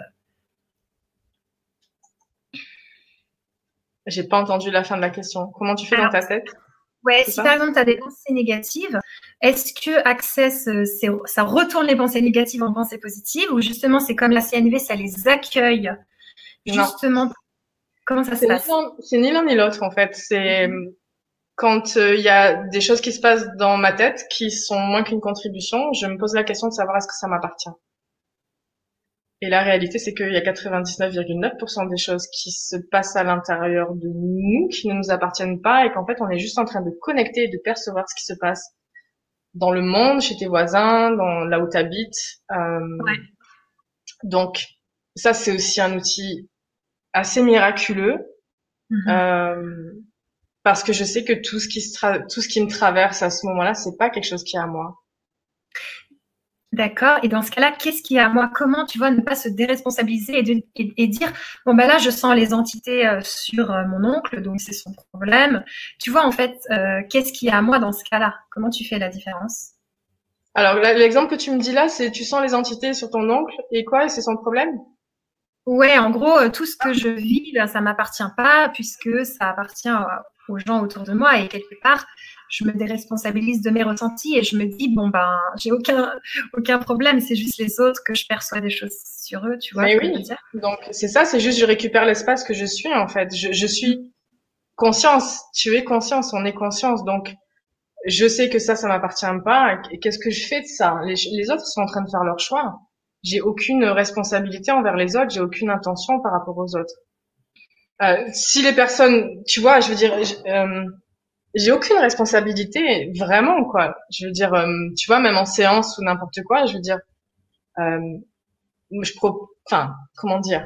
S1: J'ai pas entendu la fin de la question. Comment tu fais dans ta tête?
S2: Ouais, si par exemple tu as des pensées négatives, est-ce que Access, ça retourne les pensées négatives en pensées positives ou justement c'est comme la CNV, ça les accueille Justement, comment ça se passe?
S1: C'est ni l'un ni l'autre, en fait. C'est quand il y a des choses qui se passent dans ma tête qui sont moins qu'une contribution, je me pose la question de savoir est-ce que ça m'appartient. Et la réalité, c'est qu'il y a 99,9% des choses qui se passent à l'intérieur de nous qui ne nous appartiennent pas et qu'en fait, on est juste en train de connecter et de percevoir ce qui se passe dans le monde, chez tes voisins, dans là où tu habites.
S2: Ouais.
S1: Donc, ça, c'est aussi un outil assez miraculeux. Parce que je sais que tout ce qui me traverse à ce moment-là, c'est pas quelque chose qui est à moi.
S2: D'accord. Et dans ce cas-là, qu'est-ce qui est à moi? Comment, tu vois, ne pas se déresponsabiliser et dire, bon, ben là, je sens les entités sur mon oncle, donc c'est son problème. Tu vois, en fait, qu'est-ce qui est à moi dans ce cas-là? Comment tu fais la différence?
S1: Alors, l'exemple que tu me dis là, c'est tu sens les entités sur ton oncle et quoi? Et c'est son problème?
S2: Ouais, en gros, tout ce que je vis, ben, ça m'appartient pas puisque ça appartient aux gens autour de moi et quelque part, je me déresponsabilise de mes ressentis et je me dis, bon, ben, j'ai aucun problème, c'est juste les autres que je perçois des choses sur eux, tu vois
S1: Mais
S2: ce que je veux
S1: oui.
S2: dire?
S1: Donc, c'est ça, c'est juste je récupère l'espace que je suis, en fait. Je suis conscience. Tu es conscience, on est conscience. Donc, je sais que ça m'appartient pas. Et qu'est-ce que je fais de ça? Les autres sont en train de faire leur choix. J'ai aucune responsabilité envers les autres, j'ai aucune intention par rapport aux autres. Si les personnes, tu vois, je veux dire, j'ai aucune responsabilité, vraiment, quoi. Je veux dire, tu vois, même en séance ou n'importe quoi, je veux dire, euh, enfin, comment dire,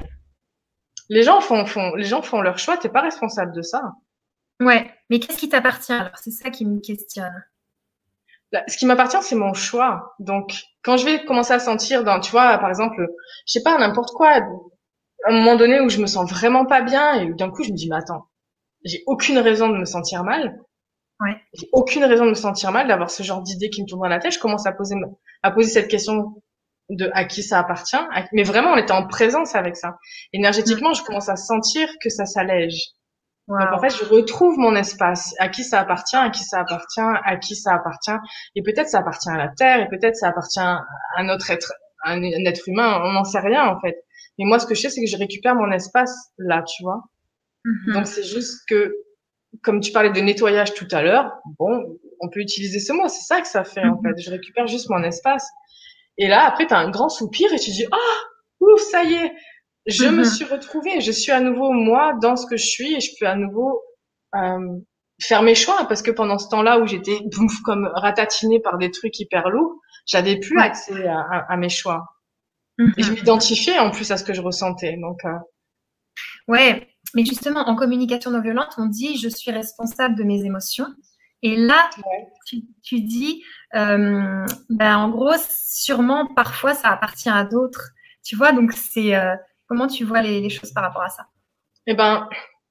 S1: les gens font leur choix, t'es pas responsable de ça.
S2: Ouais, mais qu'est-ce qui t'appartient alors? C'est ça qui me questionne.
S1: Là, ce qui m'appartient, c'est mon choix. Donc, quand je vais commencer à sentir dans, tu vois, par exemple, je sais pas, n'importe quoi, à un moment donné où je me sens vraiment pas bien et d'un coup, je me dis, mais attends, j'ai aucune raison de me sentir mal.
S2: Ouais.
S1: J'ai aucune raison de me sentir mal, d'avoir ce genre d'idée qui me tourne dans la tête. Je commence à poser cette question de à qui ça appartient, mais vraiment on était en présence avec ça. Énergétiquement, je commence à sentir que ça s'allège. Donc en
S2: Waouh.
S1: fait, je retrouve mon espace, à qui ça appartient, à qui ça appartient, à qui ça appartient, et peut-être ça appartient à la terre, et peut-être ça appartient à un autre être, un être humain, on n'en sait rien en fait. Mais moi, ce que je sais, c'est que je récupère mon espace là, tu vois. Donc c'est juste que, comme tu parlais de nettoyage tout à l'heure, bon, on peut utiliser ce mot, c'est ça que ça fait en fait. Je récupère juste mon espace. Et là, après, t'as un grand soupir et tu dis, ah, ouf, ça y est, je me suis retrouvée, je suis à nouveau moi dans ce que je suis et je peux à nouveau faire mes choix parce que pendant ce temps-là où j'étais comme ratatinée par des trucs hyper lourds, j'avais plus
S2: Ouais.
S1: accès à mes choix. Et je m'identifiais en plus à ce que je ressentais. Donc,
S2: Ouais, mais justement, en communication non violente, on dit je suis responsable de mes émotions. Et là,
S1: ouais.
S2: tu dis, ben, en gros, sûrement, parfois, ça appartient à d'autres. Tu vois, donc c'est comment tu vois les choses par rapport à ça?
S1: Eh ben,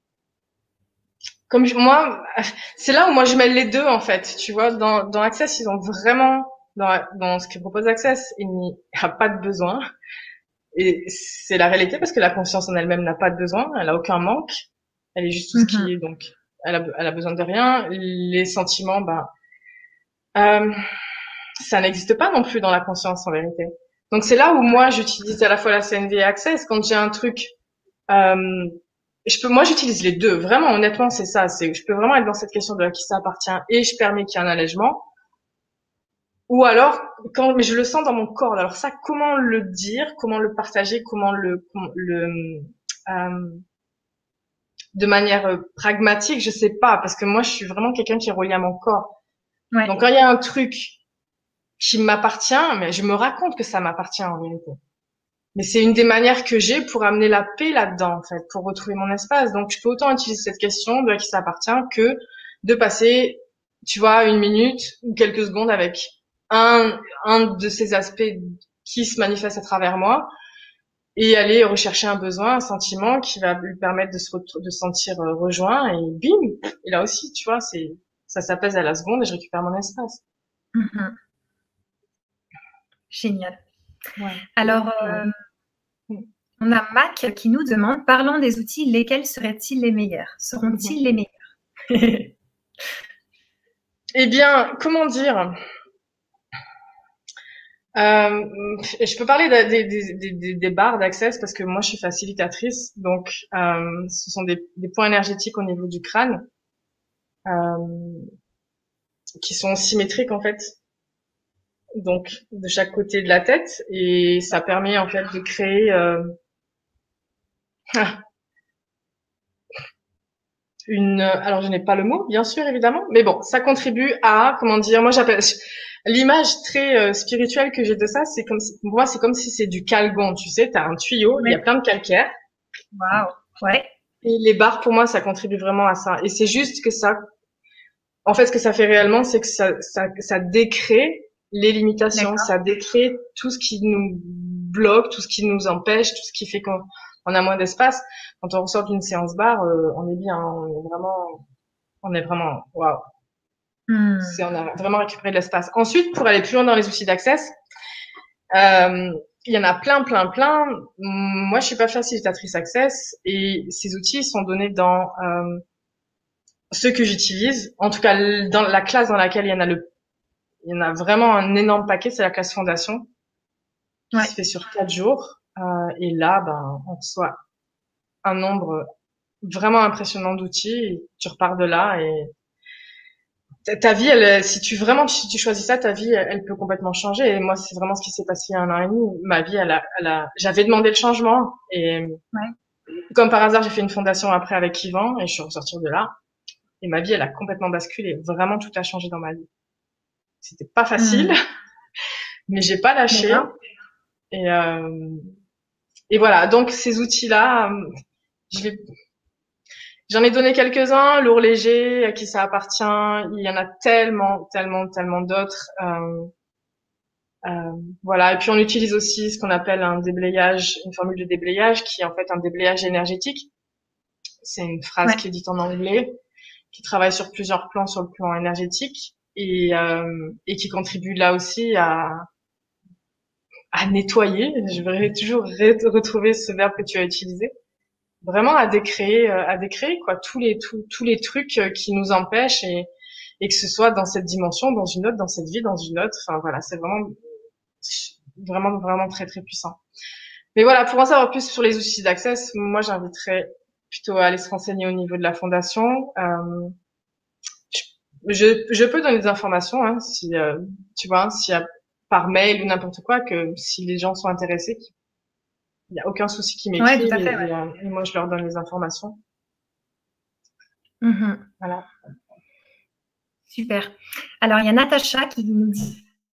S1: moi, c'est là où moi je mêle les deux en fait. Tu vois, dans Access, ils ont vraiment, dans ce que propose Access, il n'y a pas de besoin. Et c'est la réalité parce que la conscience en elle-même n'a pas de besoin, elle a aucun manque, elle est juste tout ce qui est, donc elle a besoin de rien. Les sentiments, ça n'existe pas non plus dans la conscience en vérité. Donc c'est là où moi j'utilise à la fois la CNV et Access quand j'ai un truc. Moi j'utilise les deux. Vraiment, honnêtement, c'est ça. Je peux vraiment être dans cette question de à qui ça appartient et je permets qu'il y ait un allègement. Ou alors, mais je le sens dans mon corps. Alors ça, comment le dire, comment le partager, comment de manière pragmatique, je sais pas, parce que moi, je suis vraiment quelqu'un qui est relié à mon corps.
S2: Ouais.
S1: Donc quand il y a un truc qui m'appartient, mais je me raconte que ça m'appartient en vérité. Mais c'est une des manières que j'ai pour amener la paix là-dedans, en fait, pour retrouver mon espace. Donc je peux autant utiliser cette question de à qui ça appartient que de passer, tu vois, une minute ou quelques secondes avec un de ces aspects qui se manifestent à travers moi et aller rechercher un besoin, un sentiment qui va lui permettre de se sentir rejoint et bim. Et là aussi, tu vois, ça s'apaise à la seconde et je récupère mon espace.
S2: Génial.
S1: Ouais.
S2: Alors, on a Mac qui nous demande, parlant des outils, lesquels seraient-ils les meilleurs? Seront-ils les meilleurs?
S1: Eh bien, comment dire? Je peux parler des barres d'accès parce que moi je suis facilitatrice, donc ce sont des points énergétiques au niveau du crâne euh, qui sont symétriques en fait, donc de chaque côté de la tête, et ça permet en fait de créer alors je n'ai pas le mot bien sûr évidemment, mais bon ça contribue à comment dire, moi j'appelle l'image très spirituelle que j'ai de ça, c'est comme si, pour moi c'est comme si c'est du calgon, tu sais, t'as un tuyau, il y a
S2: Ouais.
S1: plein de calcaire.
S2: Waouh. Ouais.
S1: Et les barres, pour moi, ça contribue vraiment à ça. Et c'est juste que ça, en fait, ce que ça fait réellement, c'est que ça décrée les limitations,
S2: D'accord.
S1: ça décrée tout ce qui nous bloque, tout ce qui nous empêche, tout ce qui fait qu'on a moins d'espace. Quand on ressort d'une séance barre, on est bien, on est vraiment, waouh.
S2: Hmm.
S1: On a vraiment récupéré de l'espace. Ensuite, pour aller plus loin dans les outils d'accès, euh, il y en a plein, plein, plein. Moi, je suis pas facilitatrice access et ces outils sont donnés dans ceux que j'utilise. En tout cas, dans la classe dans laquelle il y en a vraiment un énorme paquet, c'est la classe fondation qui
S2: Ouais.
S1: se fait sur 4 jours. Et là, ben, on reçoit un nombre vraiment impressionnant d'outils. Et tu repars de là et ta vie, si tu choisis ça, ta vie, elle peut complètement changer. Et moi, c'est vraiment ce qui s'est passé il y a 1 an et demi. Ma vie, j'avais demandé le changement et
S2: Ouais.
S1: comme par hasard, j'ai fait une fondation après avec Yvan et je suis ressortie de là. Et ma vie, elle a complètement basculé. Vraiment, tout a changé dans ma vie. C'était pas facile,
S2: Hmm.
S1: mais j'ai pas lâché.
S2: D'accord.
S1: Et, euh, et voilà. Donc ces outils-là, je vais j'en ai donné quelques-uns, lourd léger, à qui ça appartient. Il y en a tellement, tellement, tellement d'autres. Voilà. Et puis on utilise aussi ce qu'on appelle un déblayage, une formule de déblayage qui est en fait un déblayage énergétique. C'est une phrase
S2: Ouais.
S1: qui est dite en anglais, qui travaille sur plusieurs plans, sur le plan énergétique et qui contribue là aussi à nettoyer. Je vais toujours retrouver ce verbe que tu as utilisé. Vraiment à décréer quoi, tous les trucs qui nous empêchent et que ce soit dans cette dimension, dans une autre, dans cette vie, dans une autre. Enfin voilà, c'est vraiment, vraiment, vraiment très, très puissant. Mais voilà, pour en savoir plus sur les outils d'accès, moi j'inviterais plutôt à aller se renseigner au niveau de la fondation. Je peux donner des informations, hein, si tu vois, s'il y a par mail ou n'importe quoi, que si les gens sont intéressés, il n'y a aucun souci qu'ils
S2: Ouais, tout
S1: m'écrivent
S2: à fait. Ouais.
S1: et moi je leur donne les informations.
S2: Mhm.
S1: Voilà.
S2: Super. Alors, il y a Natacha qui nous dit,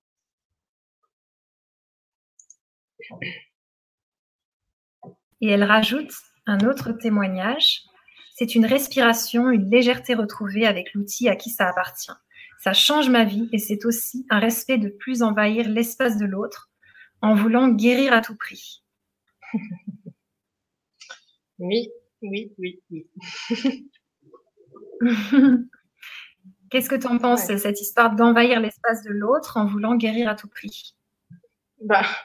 S2: et elle rajoute un autre témoignage. C'est une respiration, une légèreté retrouvée avec l'outil à qui ça appartient. Ça change ma vie et c'est aussi un respect de plus envahir l'espace de l'autre en voulant guérir à tout prix.
S1: Oui, oui, oui, oui.
S2: Qu'est-ce que tu en penses,
S1: Ouais.
S2: cette histoire d'envahir l'espace de l'autre en voulant guérir à tout prix?
S1: Bah,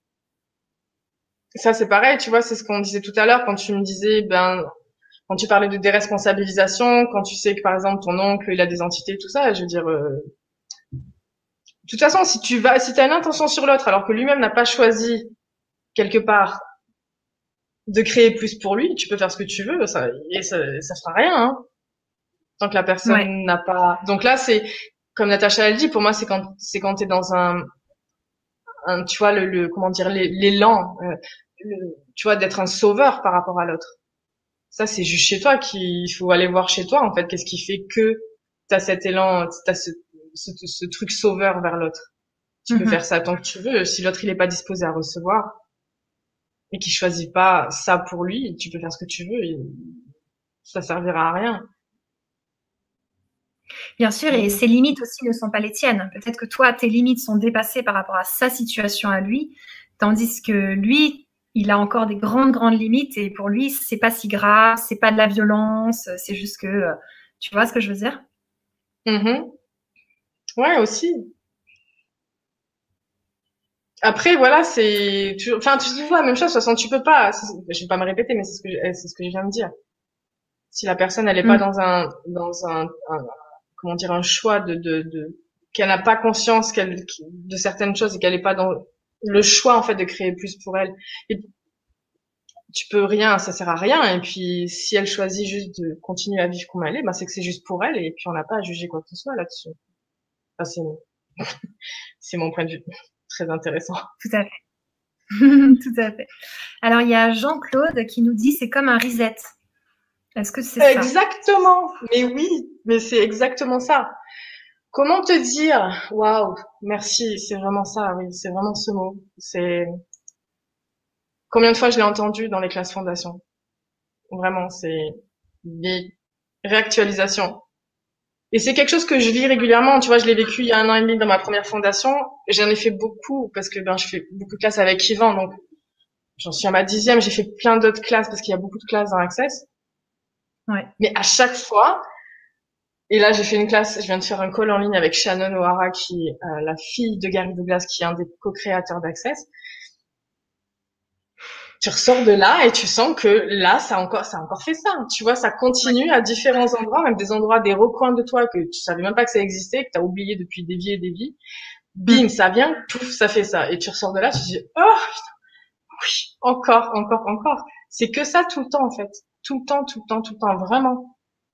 S1: ça c'est pareil, tu vois, c'est ce qu'on disait tout à l'heure quand tu me disais, ben, quand tu parlais de déresponsabilisation, quand tu sais que par exemple ton oncle il a des entités, tout ça, je veux dire, de toute façon, si t'as une intention sur l'autre alors que lui-même n'a pas choisi quelque part de créer plus pour lui, tu peux faire ce que tu veux, ça fera rien, hein, tant que la
S2: Ouais.
S1: personne n'a pas. Donc là, c'est comme Natacha elle dit, pour moi, c'est quand t'es dans tu vois, comment dire, l'élan, tu vois, d'être un sauveur par rapport à l'autre. Ça, c'est juste chez toi qu'il faut aller voir chez toi, en fait, qu'est-ce qui fait que t'as cet élan, t'as ce truc sauveur vers l'autre. Tu peux faire
S2: Mhm.
S1: ça tant que tu veux. Si l'autre il est pas disposé à recevoir et qu'il choisit pas ça pour lui, tu peux faire ce que tu veux et ça servira à rien.
S2: Bien sûr, et ses limites aussi ne sont pas les tiennes. Peut-être que toi, tes limites sont dépassées par rapport à sa situation à lui, tandis que lui, il a encore des grandes, grandes limites et pour lui, c'est pas si grave, c'est pas de la violence, c'est juste que, tu vois ce que je veux dire?
S1: Mhm. Ouais, aussi. Après, voilà, enfin, tu vois la même chose. De toute façon, tu peux pas. Je vais pas me répéter, mais c'est ce que je viens de dire. Si la personne, elle est pas
S2: Mm.
S1: dans comment dire, un choix qu'elle n'a pas conscience de certaines choses et qu'elle n'est pas dans le choix en fait de créer plus pour elle. Et tu peux rien, ça sert à rien. Et puis si elle choisit juste de continuer à vivre comme elle est, c'est que c'est juste pour elle et puis on n'a pas à juger quoi que ce soit là-dessus. Enfin, c'est mon point de vue. Très intéressant.
S2: Tout à fait. Tout à fait. Alors, il y a Jean-Claude qui nous dit c'est comme un reset. Est-ce que c'est ça?
S1: Exactement. Mais oui, mais c'est exactement ça. Comment te dire? Waouh, merci, c'est vraiment ça, oui, c'est vraiment ce mot. C'est combien de fois je l'ai entendu dans les classes fondation. Vraiment, c'est des réactualisations. Et c'est quelque chose que je vis régulièrement. Tu vois, je l'ai vécu il y a 1 an et demi dans ma première fondation. J'en ai fait beaucoup parce que je fais beaucoup de classes avec Yvan, donc j'en suis à ma 10e. J'ai fait plein d'autres classes parce qu'il y a beaucoup de classes dans Access.
S2: Ouais.
S1: Mais à chaque fois, et là j'ai fait une classe, je viens de faire un call en ligne avec Shannon O'Hara, qui est la fille de Gary Douglas, qui est un des co-créateurs d'Access. Tu ressors de là et tu sens que là, ça a encore fait ça. Tu vois, ça continue à différents endroits, même des endroits, des recoins de toi que tu savais même pas que ça existait, que tu as oublié depuis des vies et des vies. Bim, ça vient, pouf, ça fait ça. Et tu ressors de là, tu te dis, oh, putain, oui, encore, encore, encore. C'est que ça tout le temps, en fait. Tout le temps, tout le temps, tout le temps, vraiment.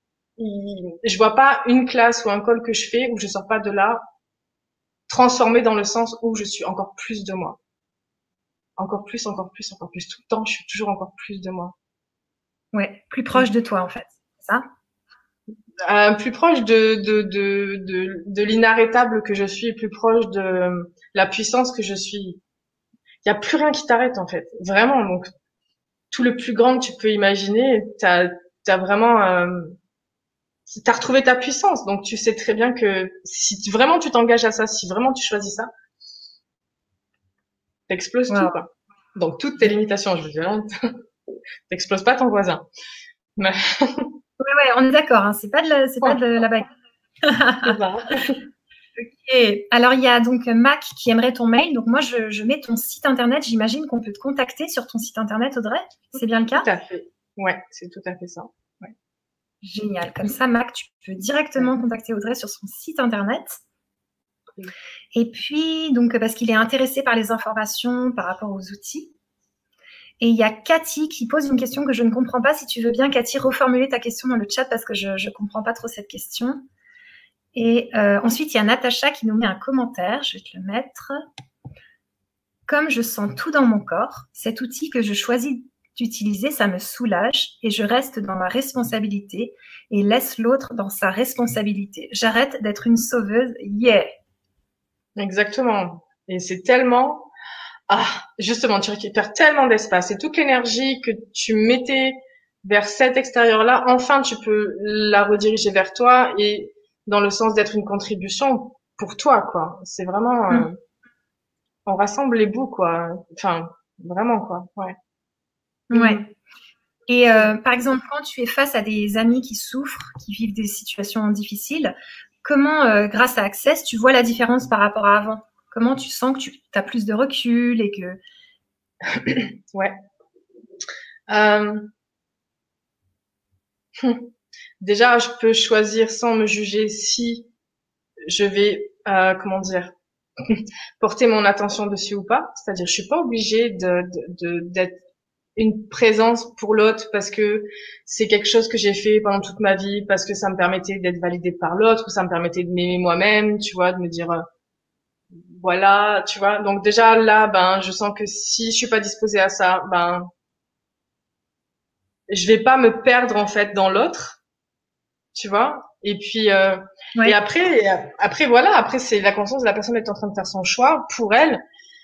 S1: Je vois pas une classe ou un call que je fais où je sors pas de là transformée dans le sens où je suis encore plus de moi. Encore plus, encore plus, encore plus. Tout le temps, je suis toujours encore plus de moi.
S2: Ouais, plus proche de toi, en fait. C'est ça?
S1: Plus proche de l'inarrêtable que je suis, plus proche de la puissance que je suis. Il y a plus rien qui t'arrête, en fait. Vraiment. Donc, tout le plus grand que tu peux imaginer, t'as vraiment, t'as retrouvé ta puissance. Donc, tu sais très bien que si vraiment tu t'engages à ça, si vraiment tu choisis ça, t'exploses tout, quoi. Donc, toutes tes limitations, je veux dire, t'exploses pas ton voisin. Mais...
S2: ouais, on est d'accord, hein, c'est pas de la bague.
S1: C'est ça.
S2: Ok. Alors, il y a donc Mac qui aimerait ton mail. Donc, moi, je mets ton site internet. J'imagine qu'on peut te contacter sur ton site internet, Audrey. C'est bien le cas?
S1: Tout à fait. Ouais, c'est tout à fait ça. Ouais.
S2: Génial. Comme ça, Mac, tu peux directement contacter Audrey sur son site internet.
S1: Oui.
S2: Et puis, donc, parce qu'il est intéressé par les informations par rapport aux outils. Et il y a Cathy qui pose une question que je ne comprends pas. Si tu veux bien, Cathy, reformuler ta question dans le chat parce que je ne comprends pas trop cette question. Et ensuite, il y a Natacha qui nous met un commentaire. Je vais te le mettre. Comme je sens tout dans mon corps, cet outil que je choisis d'utiliser, ça me soulage et je reste dans ma responsabilité et laisse l'autre dans sa responsabilité. J'arrête d'être une sauveuse. Yeah!
S1: Exactement. Et c'est tellement... justement, tu récupères tellement d'espace et toute l'énergie que tu mettais vers cet extérieur-là, enfin, tu peux la rediriger vers toi et dans le sens d'être une contribution pour toi, quoi. C'est vraiment... on rassemble les bouts, quoi. Enfin, vraiment, quoi. Ouais.
S2: Ouais. Et par exemple, quand tu es face à des amis qui souffrent, qui vivent des situations difficiles, comment, grâce à Access, tu vois la différence par rapport à avant? Comment tu sens que tu as plus de recul et que...
S1: Ouais. Déjà, je peux choisir sans me juger si je vais, comment dire, porter mon attention dessus ou pas. C'est-à-dire, je suis pas obligée d'être une présence pour l'autre parce que c'est quelque chose que j'ai fait pendant toute ma vie, parce que ça me permettait d'être validée par l'autre, ou ça me permettait de m'aimer moi-même, tu vois, de me dire, voilà, tu vois. Donc déjà là, je sens que si je suis pas disposée à ça, je vais pas me perdre en fait dans l'autre, tu vois. Et puis et après voilà, après c'est la conscience de la personne est en train de faire son choix pour elle.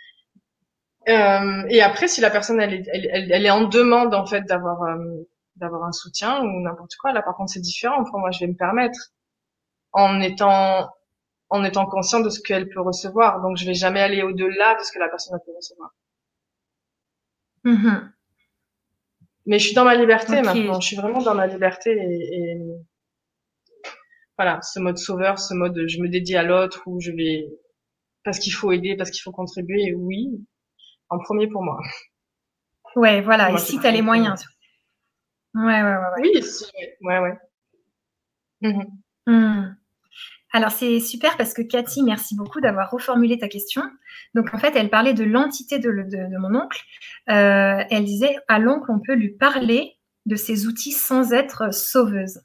S1: Et après, si la personne elle est en demande en fait d'avoir un soutien ou n'importe quoi, là par contre c'est différent. Pour moi, je vais me permettre en étant conscient de ce qu'elle peut recevoir. Donc je vais jamais aller au-delà de ce que la personne peut recevoir.
S2: Mm-hmm.
S1: Mais je suis dans ma liberté maintenant. Je suis vraiment dans ma liberté et voilà, ce mode sauveur, ce mode je me dédie à l'autre où je vais parce qu'il faut aider, parce qu'il faut contribuer. Oui, en premier pour moi.
S2: Ouais, voilà. Moi, et si tu as les moyens. Ouais.
S1: Oui, si, ouais.
S2: Alors, c'est super parce que Cathy, merci beaucoup d'avoir reformulé ta question. Donc, en fait, elle parlait de l'entité de mon oncle. Elle disait, à l'oncle, on peut lui parler de ses outils sans être sauveuse.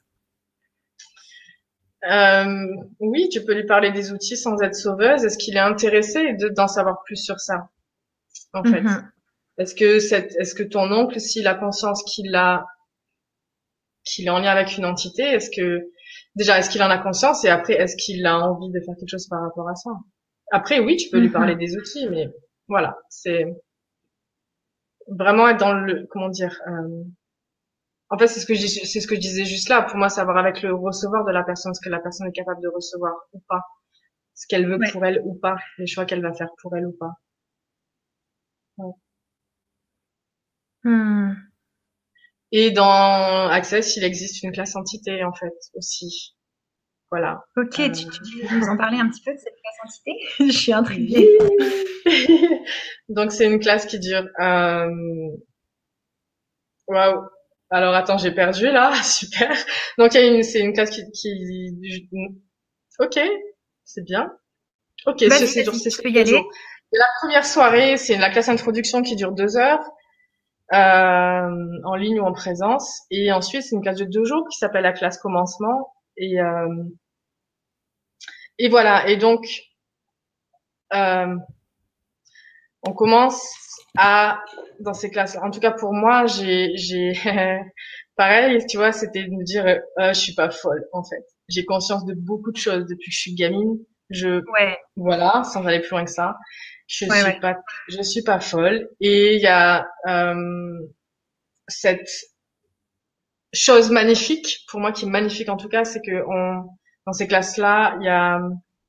S1: Oui, tu peux lui parler des outils sans être sauveuse. Est-ce qu'il est intéressé d'en savoir plus sur ça, en fait? Est-ce que ton oncle, s'il a conscience qu'il est en lien avec une entité, est-ce qu'il en a conscience et après, est-ce qu'il a envie de faire quelque chose par rapport à ça? Après, oui, tu peux lui parler des outils, mais voilà, c'est vraiment être dans comment dire, en fait, c'est ce que je disais juste là. Pour moi, c'est avoir avec le recevoir de la personne, ce que la personne est capable de recevoir ou pas, ce qu'elle veut pour elle ou pas, les choix qu'elle va faire pour elle ou pas. Ouais. Et dans Access, il existe une classe entité, en fait, aussi. Voilà.
S2: Ok, tu veux nous en parler un petit peu de cette classe entité? Je suis intriguée.
S1: Donc, c'est une classe qui dure... Waouh. Alors, attends, j'ai perdu, là. Super. Donc, c'est une classe Ok, c'est bien. Ok, c'est
S2: tu peux y aller.
S1: La première soirée, c'est la classe introduction qui dure 2 heures. En ligne ou en présence. Et ensuite, c'est une classe de 2 jours qui s'appelle la classe commencement. Et voilà. Et donc, on commence dans ces classes. En tout cas, pour moi, pareil, tu vois, c'était de me dire, je suis pas folle, en fait. J'ai conscience de beaucoup de choses depuis que je suis gamine. Voilà, sans aller plus loin que ça. Je suis pas folle. Et il y a, cette chose magnifique, pour moi qui est magnifique en tout cas, c'est que dans ces classes-là, il y a,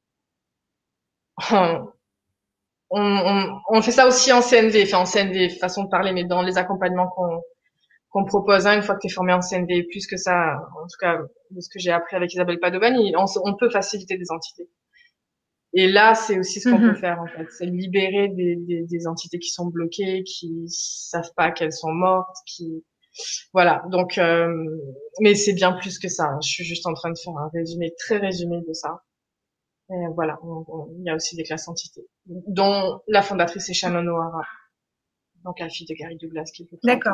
S1: on fait ça aussi en CNV, enfin en CNV, façon de parler, mais dans les accompagnements qu'on propose, une fois que tu es formé en CNV, plus que ça, en tout cas, de ce que j'ai appris avec Isabelle Padovani, on peut faciliter des entités. Et là, c'est aussi ce qu'on peut faire, en fait. C'est libérer des entités qui sont bloquées, qui savent pas qu'elles sont mortes, voilà. Donc, mais c'est bien plus que ça. Je suis juste en train de faire un résumé, très résumé de ça. Et voilà. Il y a aussi des classes entités, dont la fondatrice est Shannon O'Hara, donc la fille de Gary Douglas, qui est le
S2: D'accord.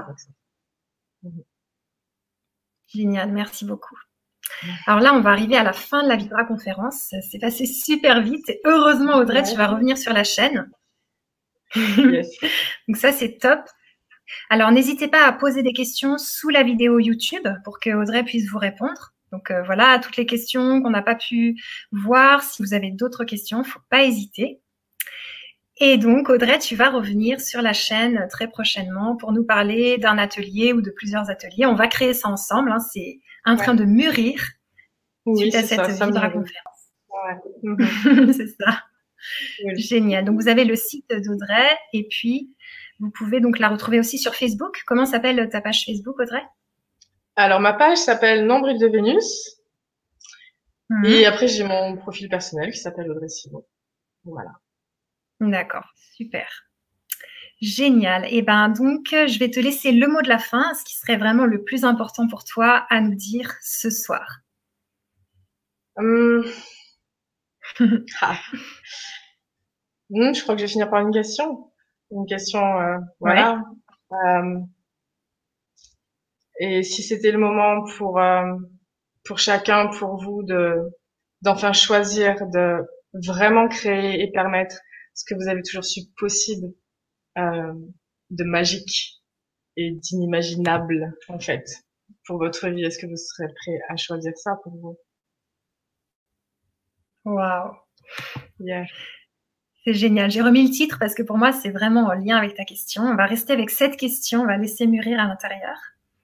S2: Génial, merci beaucoup. Alors là, on va arriver à la fin de la Vibra conférence. C'est passé super vite. Et heureusement, Audrey, tu vas revenir sur la chaîne.
S1: Yes.
S2: Donc ça, c'est top. Alors, n'hésitez pas à poser des questions sous la vidéo YouTube pour que Audrey puisse vous répondre. Donc voilà, toutes les questions qu'on n'a pas pu voir. Si vous avez d'autres questions, il ne faut pas hésiter. Et donc, Audrey, tu vas revenir sur la chaîne très prochainement pour nous parler d'un atelier ou de plusieurs ateliers. On va créer ça ensemble. C'est en train de mûrir suite à cette Vibra conférence.
S1: Ouais.
S2: C'est ça. Oui. Génial. Donc, vous avez le site d'Audrey et puis vous pouvez donc la retrouver aussi sur Facebook. Comment s'appelle ta page Facebook, Audrey?
S1: Alors, ma page s'appelle Nombril de Vénus. Et après, j'ai mon profil personnel qui s'appelle Audrey Simon. Voilà.
S2: D'accord. Super. Génial. Et ben donc, je vais te laisser le mot de la fin, ce qui serait vraiment le plus important pour toi à nous dire ce soir.
S1: Je crois que je vais finir par une question. Une question, voilà. Et si c'était le moment pour chacun, pour vous, d'enfin choisir, de vraiment créer et permettre ce que vous avez toujours su possible, de magique et d'inimaginable, en fait, pour votre vie, est-ce que vous serez prêt à choisir ça pour vous?
S2: Waouh.
S1: Yeah.
S2: C'est génial. J'ai remis le titre parce que pour moi, c'est vraiment en lien avec ta question. On va rester avec cette question. On va laisser mûrir à l'intérieur.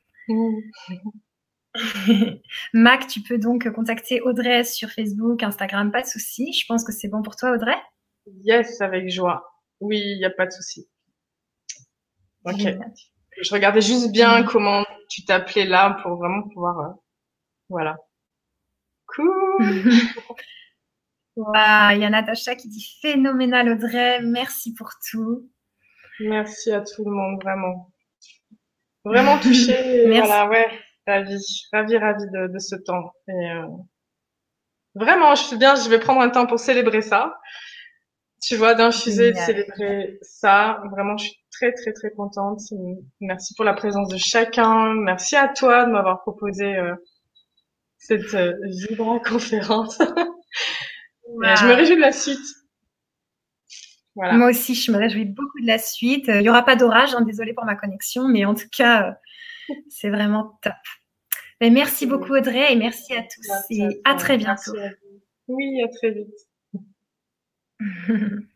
S2: Mac, tu peux donc contacter Audrey sur Facebook, Instagram, pas de souci. Je pense que c'est bon pour toi, Audrey?
S1: Yes, avec joie. Oui, il n'y a pas de souci. Ok. Génial. Je regardais juste bien comment tu t'appelais là pour vraiment pouvoir... voilà. Cool.
S2: Wow, il y a Natacha qui dit phénoménal, Audrey. Merci pour tout.
S1: Merci à tout le monde, vraiment. Vraiment touchée. Voilà, ouais. Ravie de ce temps. Et vraiment, je vais prendre un temps pour célébrer ça. Tu vois, d'infuser, de
S2: Génial.
S1: célébrer ça. Vraiment, je suis très, très, très contente. Merci pour la présence de chacun. Merci à toi de m'avoir proposé cette vibra-conférence. Et je me
S2: Waouh.
S1: réjouis de la suite. Voilà.
S2: Moi aussi, je me réjouis beaucoup de la suite. Il n'y aura pas d'orage, hein, désolée pour ma connexion, mais en tout cas, c'est vraiment top. Mais merci beaucoup Audrey et merci à tous
S1: Merci à
S2: et à
S1: toi.
S2: très bientôt.
S1: Merci à vous. Oui, à très vite.